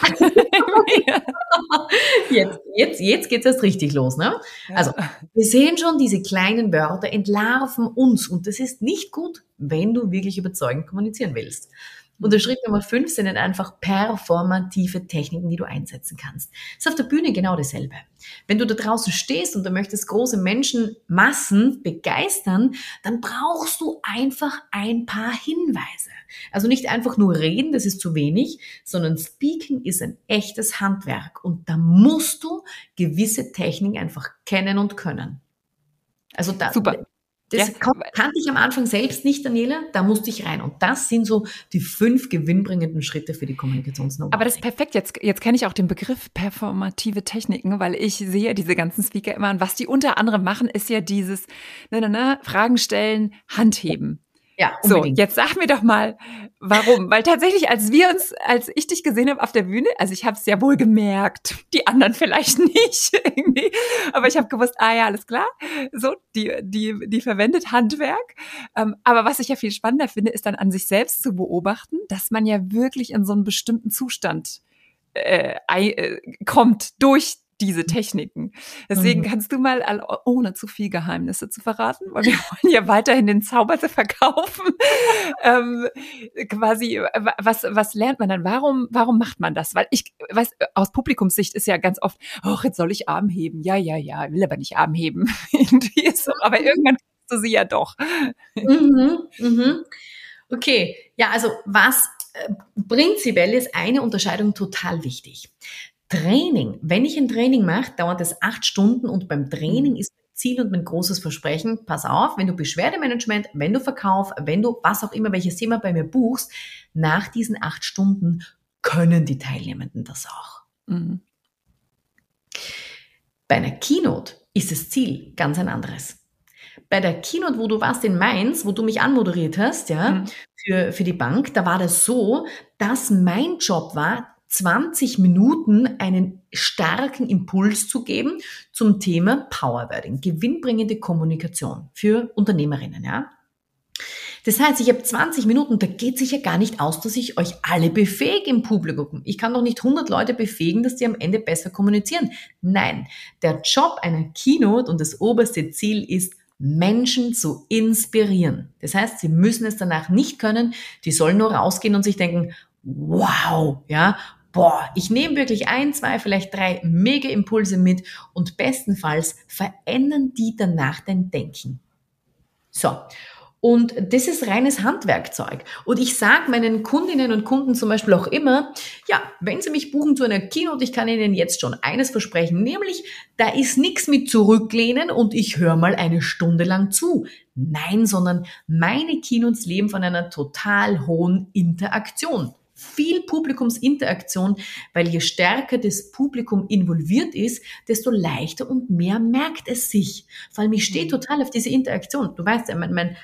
jetzt jetzt, jetzt geht es erst richtig los. Ne? Ja. Also wir sehen schon, diese kleinen Wörter entlarven uns und das ist nicht gut, wenn du wirklich überzeugend kommunizieren willst. Und der Schritt Nummer fünf sind dann einfach performative Techniken, die du einsetzen kannst. Das ist auf der Bühne genau dasselbe. Wenn du da draußen stehst und du möchtest große Menschenmassen begeistern, dann brauchst du einfach ein paar Hinweise. Also nicht einfach nur reden, das ist zu wenig, sondern Speaking ist ein echtes Handwerk und da musst du gewisse Techniken einfach kennen und können. Also da, super. Das ja. kannte ich am Anfang selbst nicht, Daniela, da musste ich rein. Und das sind so die fünf gewinnbringenden Schritte für die Kommunikationsnummer. Aber das ist perfekt, jetzt, jetzt kenne ich auch den Begriff performative Techniken, weil ich sehe diese ganzen Speaker immer. Und was die unter anderem machen, ist ja dieses ne, ne, ne, Fragen stellen, Hand heben. Ja, unbedingt. So, jetzt sag mir doch mal, warum? Weil tatsächlich, als wir uns, als ich dich gesehen habe auf der Bühne, also ich habe es ja wohl gemerkt, die anderen vielleicht nicht irgendwie, aber ich habe gewusst, ah ja, alles klar, so, die die die verwendet Handwerk. Ähm, aber was ich ja viel spannender finde, ist dann an sich selbst zu beobachten, dass man ja wirklich in so einen bestimmten Zustand äh, äh, kommt durch diese Techniken. Deswegen kannst du mal, ohne zu viel Geheimnisse zu verraten, weil wir wollen ja weiterhin den Zauber verkaufen, ähm, quasi, was, was lernt man dann? Warum, warum macht man das? Weil ich weiß, aus Publikumssicht ist ja ganz oft, ach, jetzt soll ich Arm heben. Ja, ja, ja, will aber nicht Arm heben. Irgendwie so, aber irgendwann kriegst du sie ja doch. Mhm, mhm. Okay, ja, also was äh, prinzipiell ist eine Unterscheidung total wichtig. Training. Wenn ich ein Training mache, dauert es acht Stunden und beim Training ist mein Ziel und mein großes Versprechen, pass auf, wenn du Beschwerdemanagement, wenn du Verkauf, wenn du was auch immer, welches Thema bei mir buchst, nach diesen acht Stunden können die Teilnehmenden das auch. Mhm. Bei einer Keynote ist das Ziel ganz ein anderes. Bei der Keynote, wo du warst in Mainz, wo du mich anmoderiert hast, ja, mhm. für, für die Bank, da war das so, dass mein Job war, zwanzig Minuten einen starken Impuls zu geben zum Thema Powerwording, gewinnbringende Kommunikation für Unternehmerinnen, ja. Das heißt, ich habe zwanzig Minuten, da geht sich ja gar nicht aus, dass ich euch alle befähige im Publikum. Ich kann doch nicht hundert Leute befähigen, dass die am Ende besser kommunizieren. Nein, der Job einer Keynote und das oberste Ziel ist, Menschen zu inspirieren. Das heißt, sie müssen es danach nicht können, die sollen nur rausgehen und sich denken, wow, ja, boah, ich nehme wirklich ein, zwei, vielleicht drei Mega-Impulse mit und bestenfalls verändern die danach dein Denken. So, und das ist reines Handwerkzeug. Und ich sage meinen Kundinnen und Kunden zum Beispiel auch immer, ja, wenn sie mich buchen zu einer Keynote, ich kann ihnen jetzt schon eines versprechen, nämlich, da ist nichts mit zurücklehnen und ich höre mal eine Stunde lang zu. Nein, sondern meine Keynotes leben von einer total hohen Interaktion. Viel Publikumsinteraktion, weil je stärker das Publikum involviert ist, desto leichter und mehr merkt es sich. Vor allem, ich stehe total auf diese Interaktion. Du weißt ja, mein, mein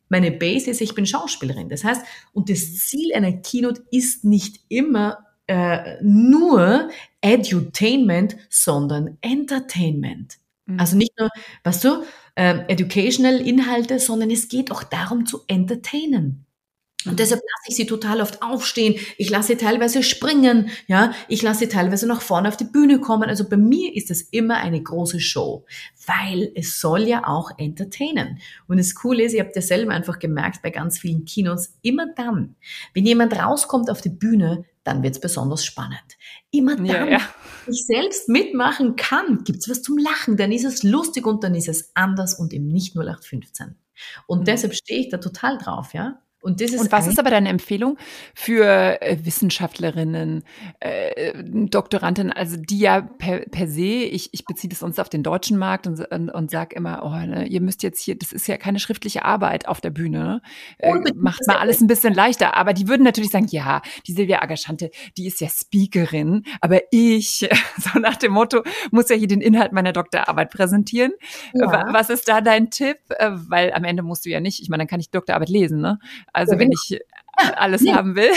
meine Base ist, ich bin Schauspielerin. Das heißt, und das Ziel einer Keynote ist nicht immer äh, nur Edutainment, sondern Entertainment. Mhm. Also nicht nur, weißt du, äh, educational Inhalte, sondern es geht auch darum zu entertainen. Und deshalb lasse ich sie total oft aufstehen. Ich lasse sie teilweise springen, ja. Ich lasse sie teilweise nach vorne auf die Bühne kommen. Also bei mir ist es immer eine große Show, weil es soll ja auch entertainen. Und das Coole ist, ich habe das selber einfach gemerkt bei ganz vielen Kinos, immer dann, wenn jemand rauskommt auf die Bühne, dann wird es besonders spannend. Immer dann, ja, ja. wenn ich selbst mitmachen kann, gibt es was zum Lachen. Dann ist es lustig und dann ist es anders und eben nicht null acht fünfzehn. Und mhm. deshalb stehe ich da total drauf, ja. Und, das ist und was ist aber deine Empfehlung für äh, Wissenschaftlerinnen, äh, Doktorandinnen, also die ja per, per se, ich, ich beziehe das uns auf den deutschen Markt und, und, und sage immer, oh, ne, ihr müsst jetzt hier, das ist ja keine schriftliche Arbeit auf der Bühne, äh, macht mal alles ein bisschen leichter. Aber die würden natürlich sagen, ja, die Silvia Agaschante, die ist ja Speakerin, aber ich, so nach dem Motto, muss ja hier den Inhalt meiner Doktorarbeit präsentieren. Ja. Was ist da dein Tipp? Weil am Ende musst du ja nicht, ich meine, dann kann ich Doktorarbeit lesen, ne? Also ja, wenn ich alles ja. haben will.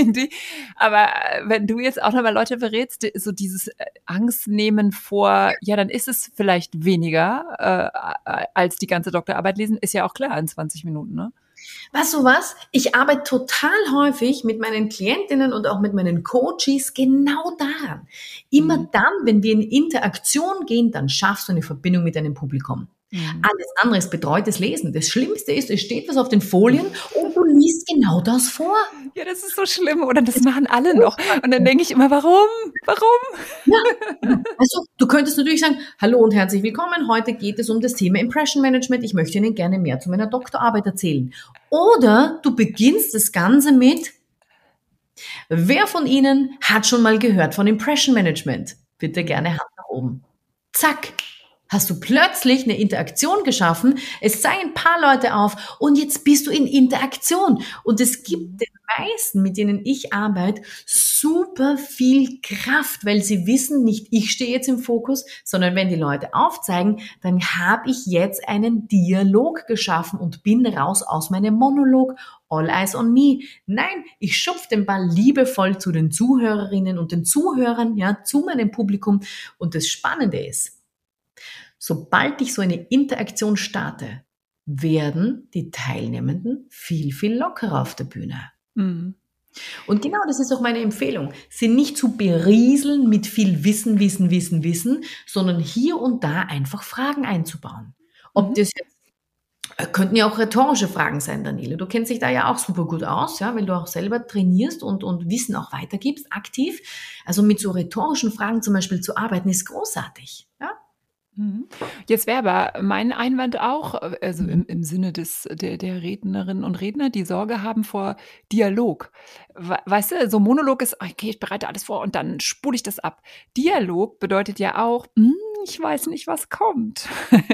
Aber wenn du jetzt auch nochmal Leute berätst, so dieses Angst nehmen vor, ja, dann ist es vielleicht weniger äh, als die ganze Doktorarbeit lesen, ist ja auch klar in zwanzig Minuten, ne? Weißt du was? Ich arbeite total häufig mit meinen Klientinnen und auch mit meinen Coaches genau daran. Immer mhm. dann, wenn wir in Interaktion gehen, dann schaffst du eine Verbindung mit deinem Publikum. Mhm. Alles andere ist betreutes Lesen. Das Schlimmste ist, es steht was auf den Folien und du liest genau das vor. Ja, das ist so schlimm. Oder das machen alle noch. Und dann denke ich immer, warum? Warum? Ja. Also, du könntest natürlich sagen, hallo und herzlich willkommen. Heute geht es um das Thema Impression Management. Ich möchte Ihnen gerne mehr zu meiner Doktorarbeit erzählen. Oder du beginnst das Ganze mit, wer von Ihnen hat schon mal gehört von Impression Management? Bitte gerne Hand nach oben. Zack. Hast du plötzlich eine Interaktion geschaffen, es zeigen ein paar Leute auf und jetzt bist du in Interaktion. Und es gibt den meisten, mit denen ich arbeite, super viel Kraft, weil sie wissen, nicht ich stehe jetzt im Fokus, sondern wenn die Leute aufzeigen, dann habe ich jetzt einen Dialog geschaffen und bin raus aus meinem Monolog. All eyes on me. Nein, ich schupfe den Ball liebevoll zu den Zuhörerinnen und den Zuhörern, ja, zu meinem Publikum. Und das Spannende ist, sobald ich so eine Interaktion starte, werden die Teilnehmenden viel, viel lockerer auf der Bühne. Mhm. Und genau das ist auch meine Empfehlung, sie nicht zu berieseln mit viel Wissen, Wissen, Wissen, Wissen, sondern hier und da einfach Fragen einzubauen. Ob mhm. das jetzt, könnten ja auch rhetorische Fragen sein, Daniele. Du kennst dich da ja auch super gut aus, ja, weil du auch selber trainierst und, und Wissen auch weitergibst, aktiv. Also mit so rhetorischen Fragen zum Beispiel zu arbeiten, ist großartig, ja. Jetzt wäre aber mein Einwand auch, also im, im Sinne des, der, der Rednerinnen und Redner, die Sorge haben vor Dialog. Weißt du, so Monolog ist, okay, ich bereite alles vor und dann spule ich das ab. Dialog bedeutet ja auch, hm, ich weiß nicht, was kommt.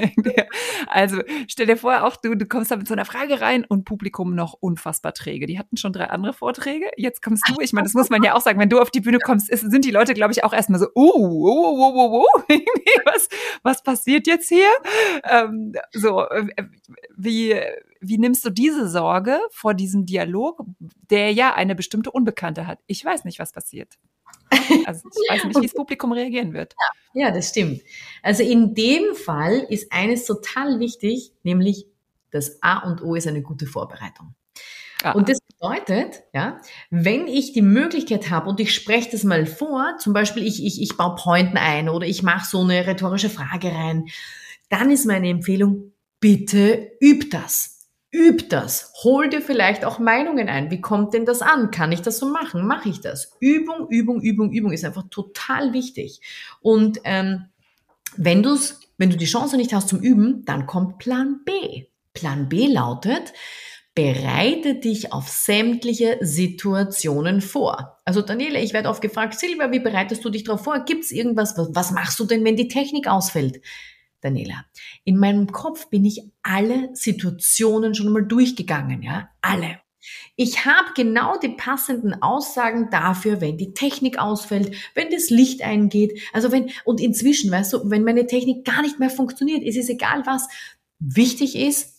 Also stell dir vor, auch du, du kommst da mit so einer Frage rein und Publikum noch unfassbar träge. Die hatten schon drei andere Vorträge, jetzt kommst du. Ich meine, das muss man ja auch sagen, wenn du auf die Bühne kommst, ist, sind die Leute, glaube ich, auch erstmal so, oh, oh, oh, oh, oh, was, was passiert jetzt hier? Ähm, so, wie, wie nimmst du diese Sorge vor diesem Dialog, der ja eine bestimmte Unbekannte hat? Ich weiß nicht, was passiert. Also ich weiß nicht, wie das Publikum reagieren wird. Ja, ja, das stimmt. Also in dem Fall ist eines total wichtig, nämlich das A und O ist eine gute Vorbereitung. Ah. Und das bedeutet, ja, wenn ich die Möglichkeit habe und ich spreche das mal vor, zum Beispiel ich, ich, ich baue Pointen ein oder ich mache so eine rhetorische Frage rein, dann ist meine Empfehlung, bitte üb das. Üb das. Hol dir vielleicht auch Meinungen ein. Wie kommt denn das an? Kann ich das so machen? Mache ich das? Übung, Übung, Übung, Übung ist einfach total wichtig. Und ähm, wenn du's, wenn du die Chance nicht hast zum Üben, dann kommt Plan B. Plan B lautet, bereite dich auf sämtliche Situationen vor. Also Daniele, ich werde oft gefragt, Silvia, wie bereitest du dich darauf vor? Gibt es irgendwas? Was, was machst du denn, wenn die Technik ausfällt? Daniela, in meinem Kopf bin ich alle Situationen schon mal durchgegangen, ja, alle. Ich habe genau die passenden Aussagen dafür, wenn die Technik ausfällt, wenn das Licht eingeht, also wenn, und inzwischen, weißt du, wenn meine Technik gar nicht mehr funktioniert, es ist egal was. Wichtig ist,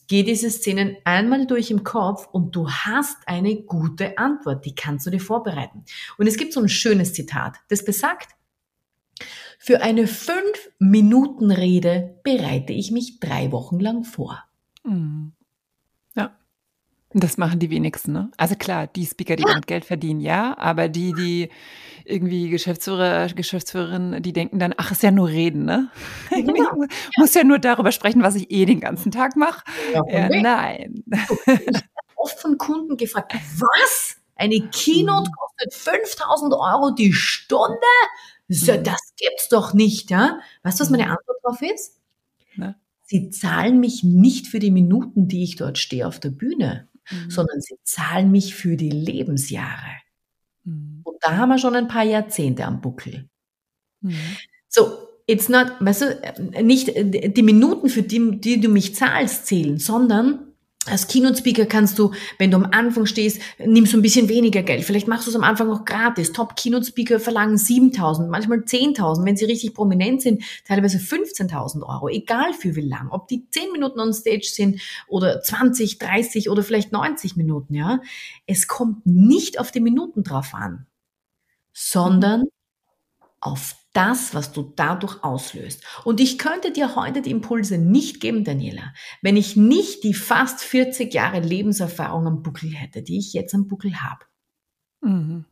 geh diese Szenen einmal durch im Kopf und du hast eine gute Antwort, die kannst du dir vorbereiten. Und es gibt so ein schönes Zitat, das besagt, für eine Fünf-Minuten-Rede bereite ich mich drei Wochen lang vor. Mhm. Ja. Das machen die wenigsten, ne? Also klar, die Speaker, die Ja. damit Geld verdienen, ja, aber die, die irgendwie Geschäftsführer, Geschäftsführerinnen, die denken dann, ach, ist ja nur reden, ne? Genau. Ich mu- muss ja nur darüber sprechen, was ich eh den ganzen Tag mache. Ja, von Ja, wegen. nein. Ich werde oft von Kunden gefragt, was? Eine Keynote Mhm. kostet fünftausend Euro die Stunde? So, Mhm. das gibt's doch nicht, ja? Weißt du, was meine Mhm. Antwort darauf ist? Ne? Sie zahlen mich nicht für die Minuten, die ich dort stehe auf der Bühne, Mhm. sondern sie zahlen mich für die Lebensjahre. Mhm. Und da haben wir schon ein paar Jahrzehnte am Buckel. Mhm. So, it's not, weißt du, äh, nicht äh, die Minuten, für die, die du mich zahlst, zählen, sondern als Keynote-Speaker kannst du, wenn du am Anfang stehst, nimmst du ein bisschen weniger Geld. Vielleicht machst du es am Anfang noch gratis. Top-Keynote-Speaker verlangen siebentausend, manchmal zehntausend, wenn sie richtig prominent sind, teilweise fünfzehntausend Euro, egal für wie lang. Ob die zehn Minuten on Stage sind oder zwanzig, dreißig oder vielleicht neunzig Minuten, ja. Es kommt nicht auf die Minuten drauf an, sondern auf das, was du dadurch auslöst. Und ich könnte dir heute die Impulse nicht geben, Daniela, wenn ich nicht die fast vierzig Jahre Lebenserfahrung am Buckel hätte, die ich jetzt am Buckel habe. Mhm.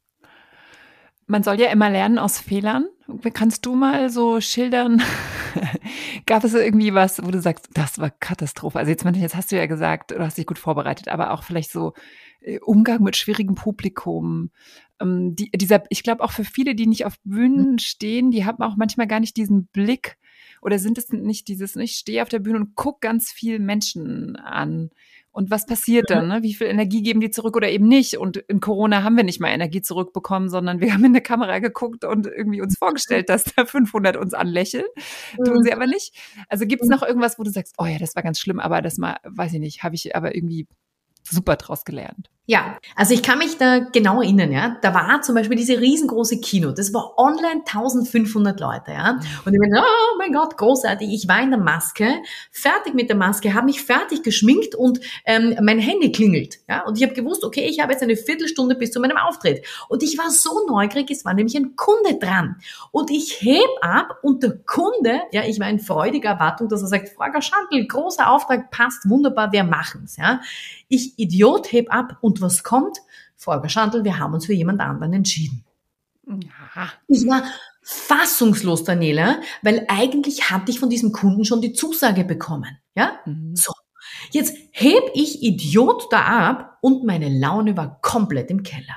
Man soll ja immer lernen aus Fehlern. Kannst du mal so schildern, gab es irgendwie was, wo du sagst, das war Katastrophe? Also jetzt, jetzt hast du ja gesagt, du hast dich gut vorbereitet, aber auch vielleicht so äh, Umgang mit schwierigem Publikum. Ähm, die, dieser, ich glaube auch für viele, die nicht auf Bühnen stehen, die haben auch manchmal gar nicht diesen Blick oder sind es nicht dieses, ich stehe auf der Bühne und gucke ganz viel Menschen an. Und was passiert dann? Ne? Wie viel Energie geben die zurück oder eben nicht? Und in Corona haben wir nicht mal Energie zurückbekommen, sondern wir haben in eine Kamera geguckt und irgendwie uns vorgestellt, dass da fünfhundert uns anlächeln. Tun sie aber nicht. Also gibt es noch irgendwas, wo du sagst, oh ja, das war ganz schlimm, aber das mal, weiß ich nicht, habe ich aber irgendwie super draus gelernt. Ja, also ich kann mich da genau erinnern, ja. Da war zum Beispiel diese riesengroße Kino. Das war online eintausendfünfhundert Leute, ja. Und ich bin, oh mein Gott, großartig. Ich war in der Maske, fertig mit der Maske, habe mich fertig geschminkt und ähm, mein Handy klingelt, ja. Und ich habe gewusst, okay, ich habe jetzt eine Viertelstunde bis zu meinem Auftritt. Und ich war so neugierig, es war nämlich ein Kunde dran. Und ich heb ab und der Kunde, ja, ich war in freudiger Erwartung, dass er sagt, Frau Gaschandl, großer Auftrag, passt wunderbar, wir machen's, ja. Ich, Idiot, heb ab und was kommt? Frau Gaschandl, wir haben uns für jemand anderen entschieden. Ja. Ich war fassungslos, Daniela, weil eigentlich hatte ich von diesem Kunden schon die Zusage bekommen. Ja? Mhm. So. Jetzt heb ich Idiot da ab und meine Laune war komplett im Keller.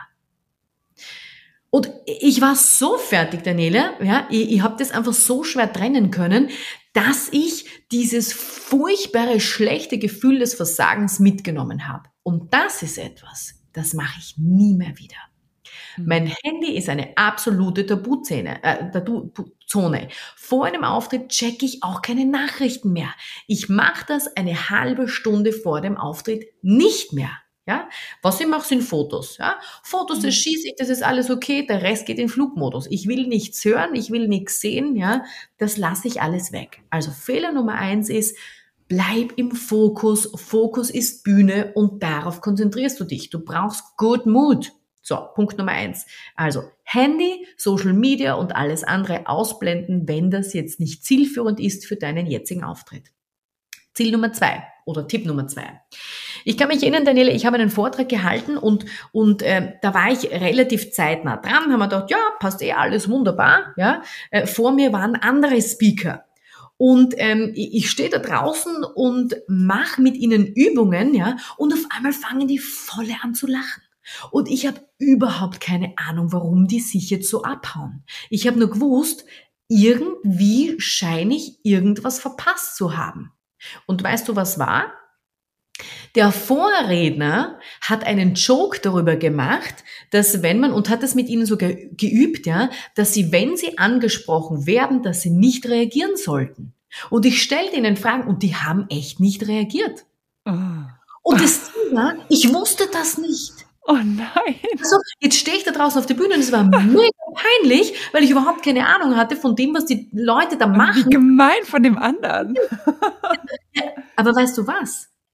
Und ich war so fertig, Daniela, ja, ich, ich habe das einfach so schwer trennen können, dass ich dieses furchtbare, schlechte Gefühl des Versagens mitgenommen habe. Und das ist etwas, das mache ich nie mehr wieder. Mhm. Mein Handy ist eine absolute Tabuzone. Äh, Tabuzone. Vor einem Auftritt checke ich auch keine Nachrichten mehr. Ich mache das eine halbe Stunde vor dem Auftritt nicht mehr. Ja, was ich mache, sind Fotos. Ja, Fotos, das schieße ich, das ist alles okay. Der Rest geht in Flugmodus. Ich will nichts hören, ich will nichts sehen. Ja, das lasse ich alles weg. Also Fehler Nummer eins ist, bleib im Fokus. Fokus ist Bühne und darauf konzentrierst du dich. Du brauchst Good Mood. So, Punkt Nummer eins. Also Handy, Social Media und alles andere ausblenden, wenn das jetzt nicht zielführend ist für deinen jetzigen Auftritt. Ziel Nummer zwei oder Tipp Nummer zwei. Ich kann mich erinnern, Daniela, ich habe einen Vortrag gehalten und, und äh, da war ich relativ zeitnah dran, haben wir gedacht, ja, passt eh alles wunderbar. Ja. Äh, vor mir waren andere Speaker. Und ähm, ich stehe da draußen und mache mit ihnen Übungen, ja, und auf einmal fangen die volle an zu lachen. Und ich habe überhaupt keine Ahnung, warum die sich jetzt so abhauen. Ich habe nur gewusst, irgendwie scheine ich irgendwas verpasst zu haben. Und weißt du, was war? Der Vorredner hat einen Joke darüber gemacht, dass wenn man, und hat das mit ihnen sogar geübt, ja, dass sie, wenn sie angesprochen werden, dass sie nicht reagieren sollten. Und ich stellte ihnen Fragen und die haben echt nicht reagiert. Oh. Und das Ding war, ich wusste das nicht. Oh nein. Also, jetzt stehe ich da draußen auf der Bühne und es war mega peinlich, weil ich überhaupt keine Ahnung hatte von dem, was die Leute da machen. Wie gemein von dem anderen. Ja, aber weißt du was?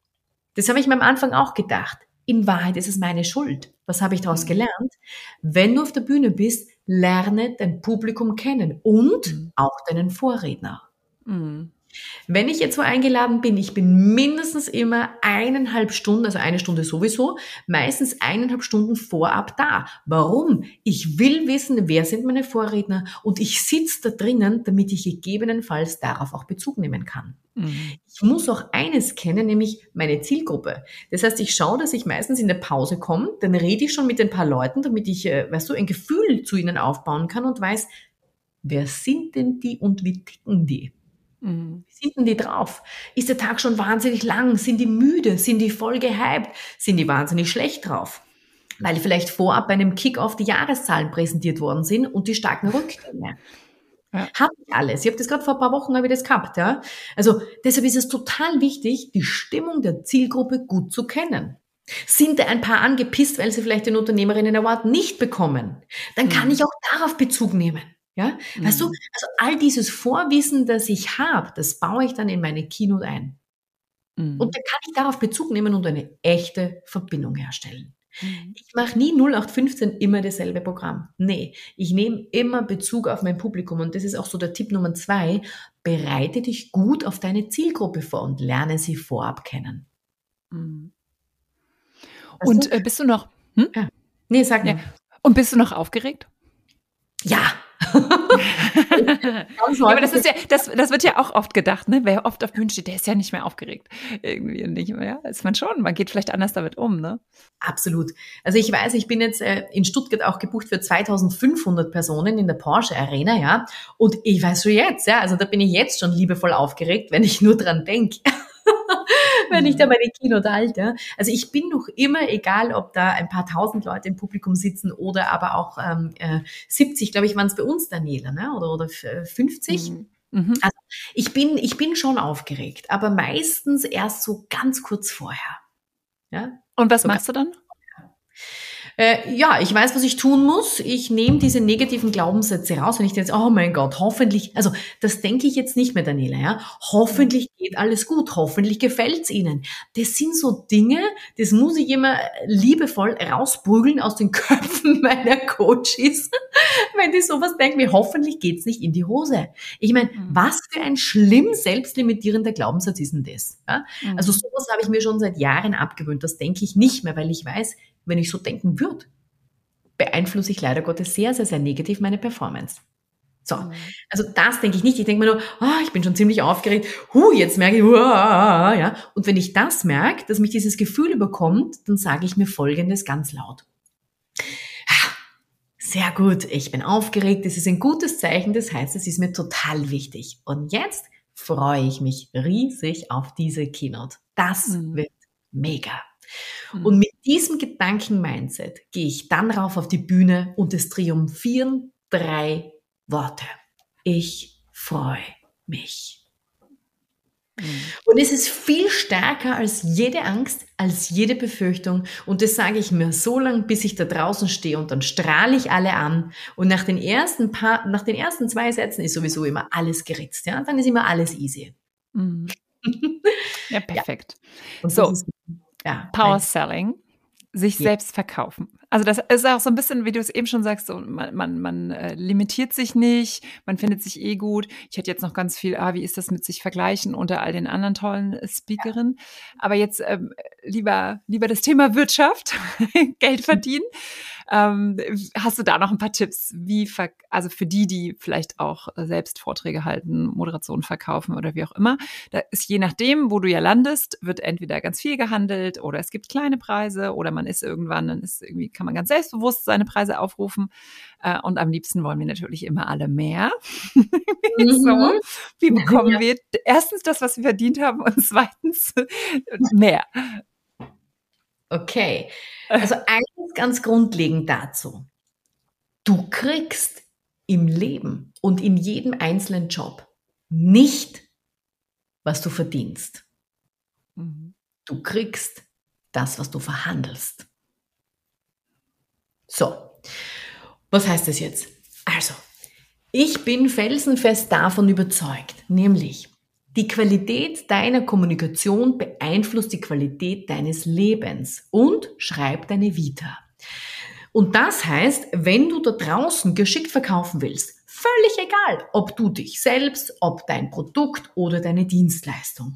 Das habe ich mir am Anfang auch gedacht. In Wahrheit ist es meine Schuld. Was habe ich daraus gelernt? Wenn du auf der Bühne bist, lerne dein Publikum kennen und Mhm. auch deinen Vorredner. Mhm. Wenn ich jetzt wo eingeladen bin, ich bin mindestens immer eineinhalb Stunden, also eine Stunde sowieso, meistens eineinhalb Stunden vorab da. Warum? Ich will wissen, wer sind meine Vorredner und ich sitze da drinnen, damit ich gegebenenfalls darauf auch Bezug nehmen kann. Mhm. Ich muss auch eines kennen, nämlich meine Zielgruppe. Das heißt, ich schaue, dass ich meistens in der Pause komme, dann rede ich schon mit ein paar Leuten, damit ich, äh, weißt du, ein Gefühl zu ihnen aufbauen kann und weiß, wer sind denn die und wie ticken die? Mhm. Wie sind denn die drauf? Ist der Tag schon wahnsinnig lang? Sind die müde? Sind die voll gehypt? Sind die wahnsinnig schlecht drauf? Weil vielleicht vorab bei einem Kick-Off die Jahreszahlen präsentiert worden sind und die starken Rückgänge. Ja. Habe ich alles. Ich habe das gerade vor ein paar Wochen habe ich das gehabt. Ja? Also deshalb ist es total wichtig, die Stimmung der Zielgruppe gut zu kennen. Sind da ein paar angepisst, weil sie vielleicht den Unternehmerinnen Award nicht bekommen? Dann kann Mhm. ich auch darauf Bezug nehmen. Ja, weißt du, Mhm. also all dieses Vorwissen, das ich habe, das baue ich dann in meine Keynote ein. Mhm. Und dann kann ich darauf Bezug nehmen und eine echte Verbindung herstellen. Mhm. Ich mache nie null acht fünfzehn immer dasselbe Programm. Nee, ich nehme immer Bezug auf mein Publikum und das ist auch so der Tipp Nummer zwei. Bereite dich gut auf deine Zielgruppe vor und lerne sie vorab kennen. Mhm. Weißt Und du? äh, bist du noch, hm? Ja. Nee, sag Ja. nur. Und bist du noch aufgeregt? Ja. Ganz Ja, aber häufig das ist ja, das, das wird ja auch oft gedacht, ne? Wer oft auf Bühnen steht, der ist ja nicht mehr aufgeregt. Irgendwie nicht mehr. Ja, ist man schon. Man geht vielleicht anders damit um, ne? Absolut. Also ich weiß, ich bin jetzt äh, in Stuttgart auch gebucht für zweitausendfünfhundert Personen in der Porsche Arena, ja. Und ich weiß schon jetzt, ja, also da bin ich jetzt schon liebevoll aufgeregt, wenn ich nur dran denke. Wenn ich da meine Keynote halte. Ja. Also ich bin noch immer, egal ob da ein paar tausend Leute im Publikum sitzen oder aber auch ähm, äh, siebzig, glaube ich, waren es bei uns, Daniela, ne? oder, oder fünfzig. Mhm. Mhm. Also ich bin, ich bin schon aufgeregt, aber meistens erst so ganz kurz vorher. Ja. Und was So machst du dann? Äh, ja, ich weiß, was ich tun muss. Ich nehme diese negativen Glaubenssätze raus, wenn ich denke, oh mein Gott, hoffentlich, also das denke ich jetzt nicht mehr, Daniela, ja. Hoffentlich geht alles gut, hoffentlich gefällt's Ihnen. Das sind so Dinge, das muss ich immer liebevoll rausprügeln aus den Köpfen meiner Coaches, wenn die sowas denken wie, hoffentlich geht's nicht in die Hose. Ich meine, Mhm. was für ein schlimm selbstlimitierender Glaubenssatz ist denn das? Ja? Mhm. Also sowas habe ich mir schon seit Jahren abgewöhnt. Das denke ich nicht mehr, weil ich weiß, wenn ich so denken würde, beeinflusse ich leider Gottes sehr, sehr, sehr negativ meine Performance. So, Mhm. also das denke ich nicht. Ich denke mir nur, oh, ich bin schon ziemlich aufgeregt. Huh, jetzt merke ich, uah, ja. Und wenn ich das merke, dass mich dieses Gefühl überkommt, dann sage ich mir Folgendes ganz laut. Ah, sehr gut, ich bin aufgeregt. Das ist ein gutes Zeichen. Das heißt, es ist mir total wichtig. Und jetzt freue ich mich riesig auf diese Keynote. Das Mhm. wird mega. Mhm. Und mit diesem Gedanken-Mindset gehe ich dann rauf auf die Bühne und es triumphieren drei Worte. Ich freue mich. Mhm. Und es ist viel stärker als jede Angst, als jede Befürchtung. Und das sage ich mir so lange, bis ich da draußen stehe und dann strahle ich alle an. Und nach den ersten paar, nach den ersten zwei Sätzen ist sowieso immer alles geritzt. Ja? Dann ist immer alles easy. Mhm. Ja, perfekt. Und So. das ist, ja, Power mein- Selling, sich Ja. selbst verkaufen. Also das ist auch so ein bisschen, wie du es eben schon sagst, so man, man, man äh, limitiert sich nicht, man findet sich eh gut. Ich hätte jetzt noch ganz viel, ah, wie ist das mit sich vergleichen unter all den anderen tollen äh, Speakerinnen. Aber jetzt ähm, lieber, lieber das Thema Wirtschaft, Geld verdienen. Ähm, hast du da noch ein paar Tipps, wie, ver also für die, die vielleicht auch äh, selbst Vorträge halten, Moderation verkaufen oder wie auch immer, da ist je nachdem, wo du ja landest, wird entweder ganz viel gehandelt oder es gibt kleine Preise oder man ist irgendwann, dann ist irgendwie, kann man ganz selbstbewusst seine Preise aufrufen äh, und am liebsten wollen wir natürlich immer alle mehr. So, wie bekommen Ja. wir erstens das, was wir verdient haben und zweitens mehr? Okay, also eines ganz grundlegend dazu. Du kriegst im Leben und in jedem einzelnen Job nicht, was du verdienst. Mhm. Du kriegst das, was du verhandelst. So, was heißt das jetzt? Also, ich bin felsenfest davon überzeugt, nämlich, Die Qualität deiner Kommunikation beeinflusst die Qualität deines Lebens und schreib deine Vita. Und das heißt, wenn du da draußen geschickt verkaufen willst, völlig egal, ob du dich selbst, ob dein Produkt oder deine Dienstleistung.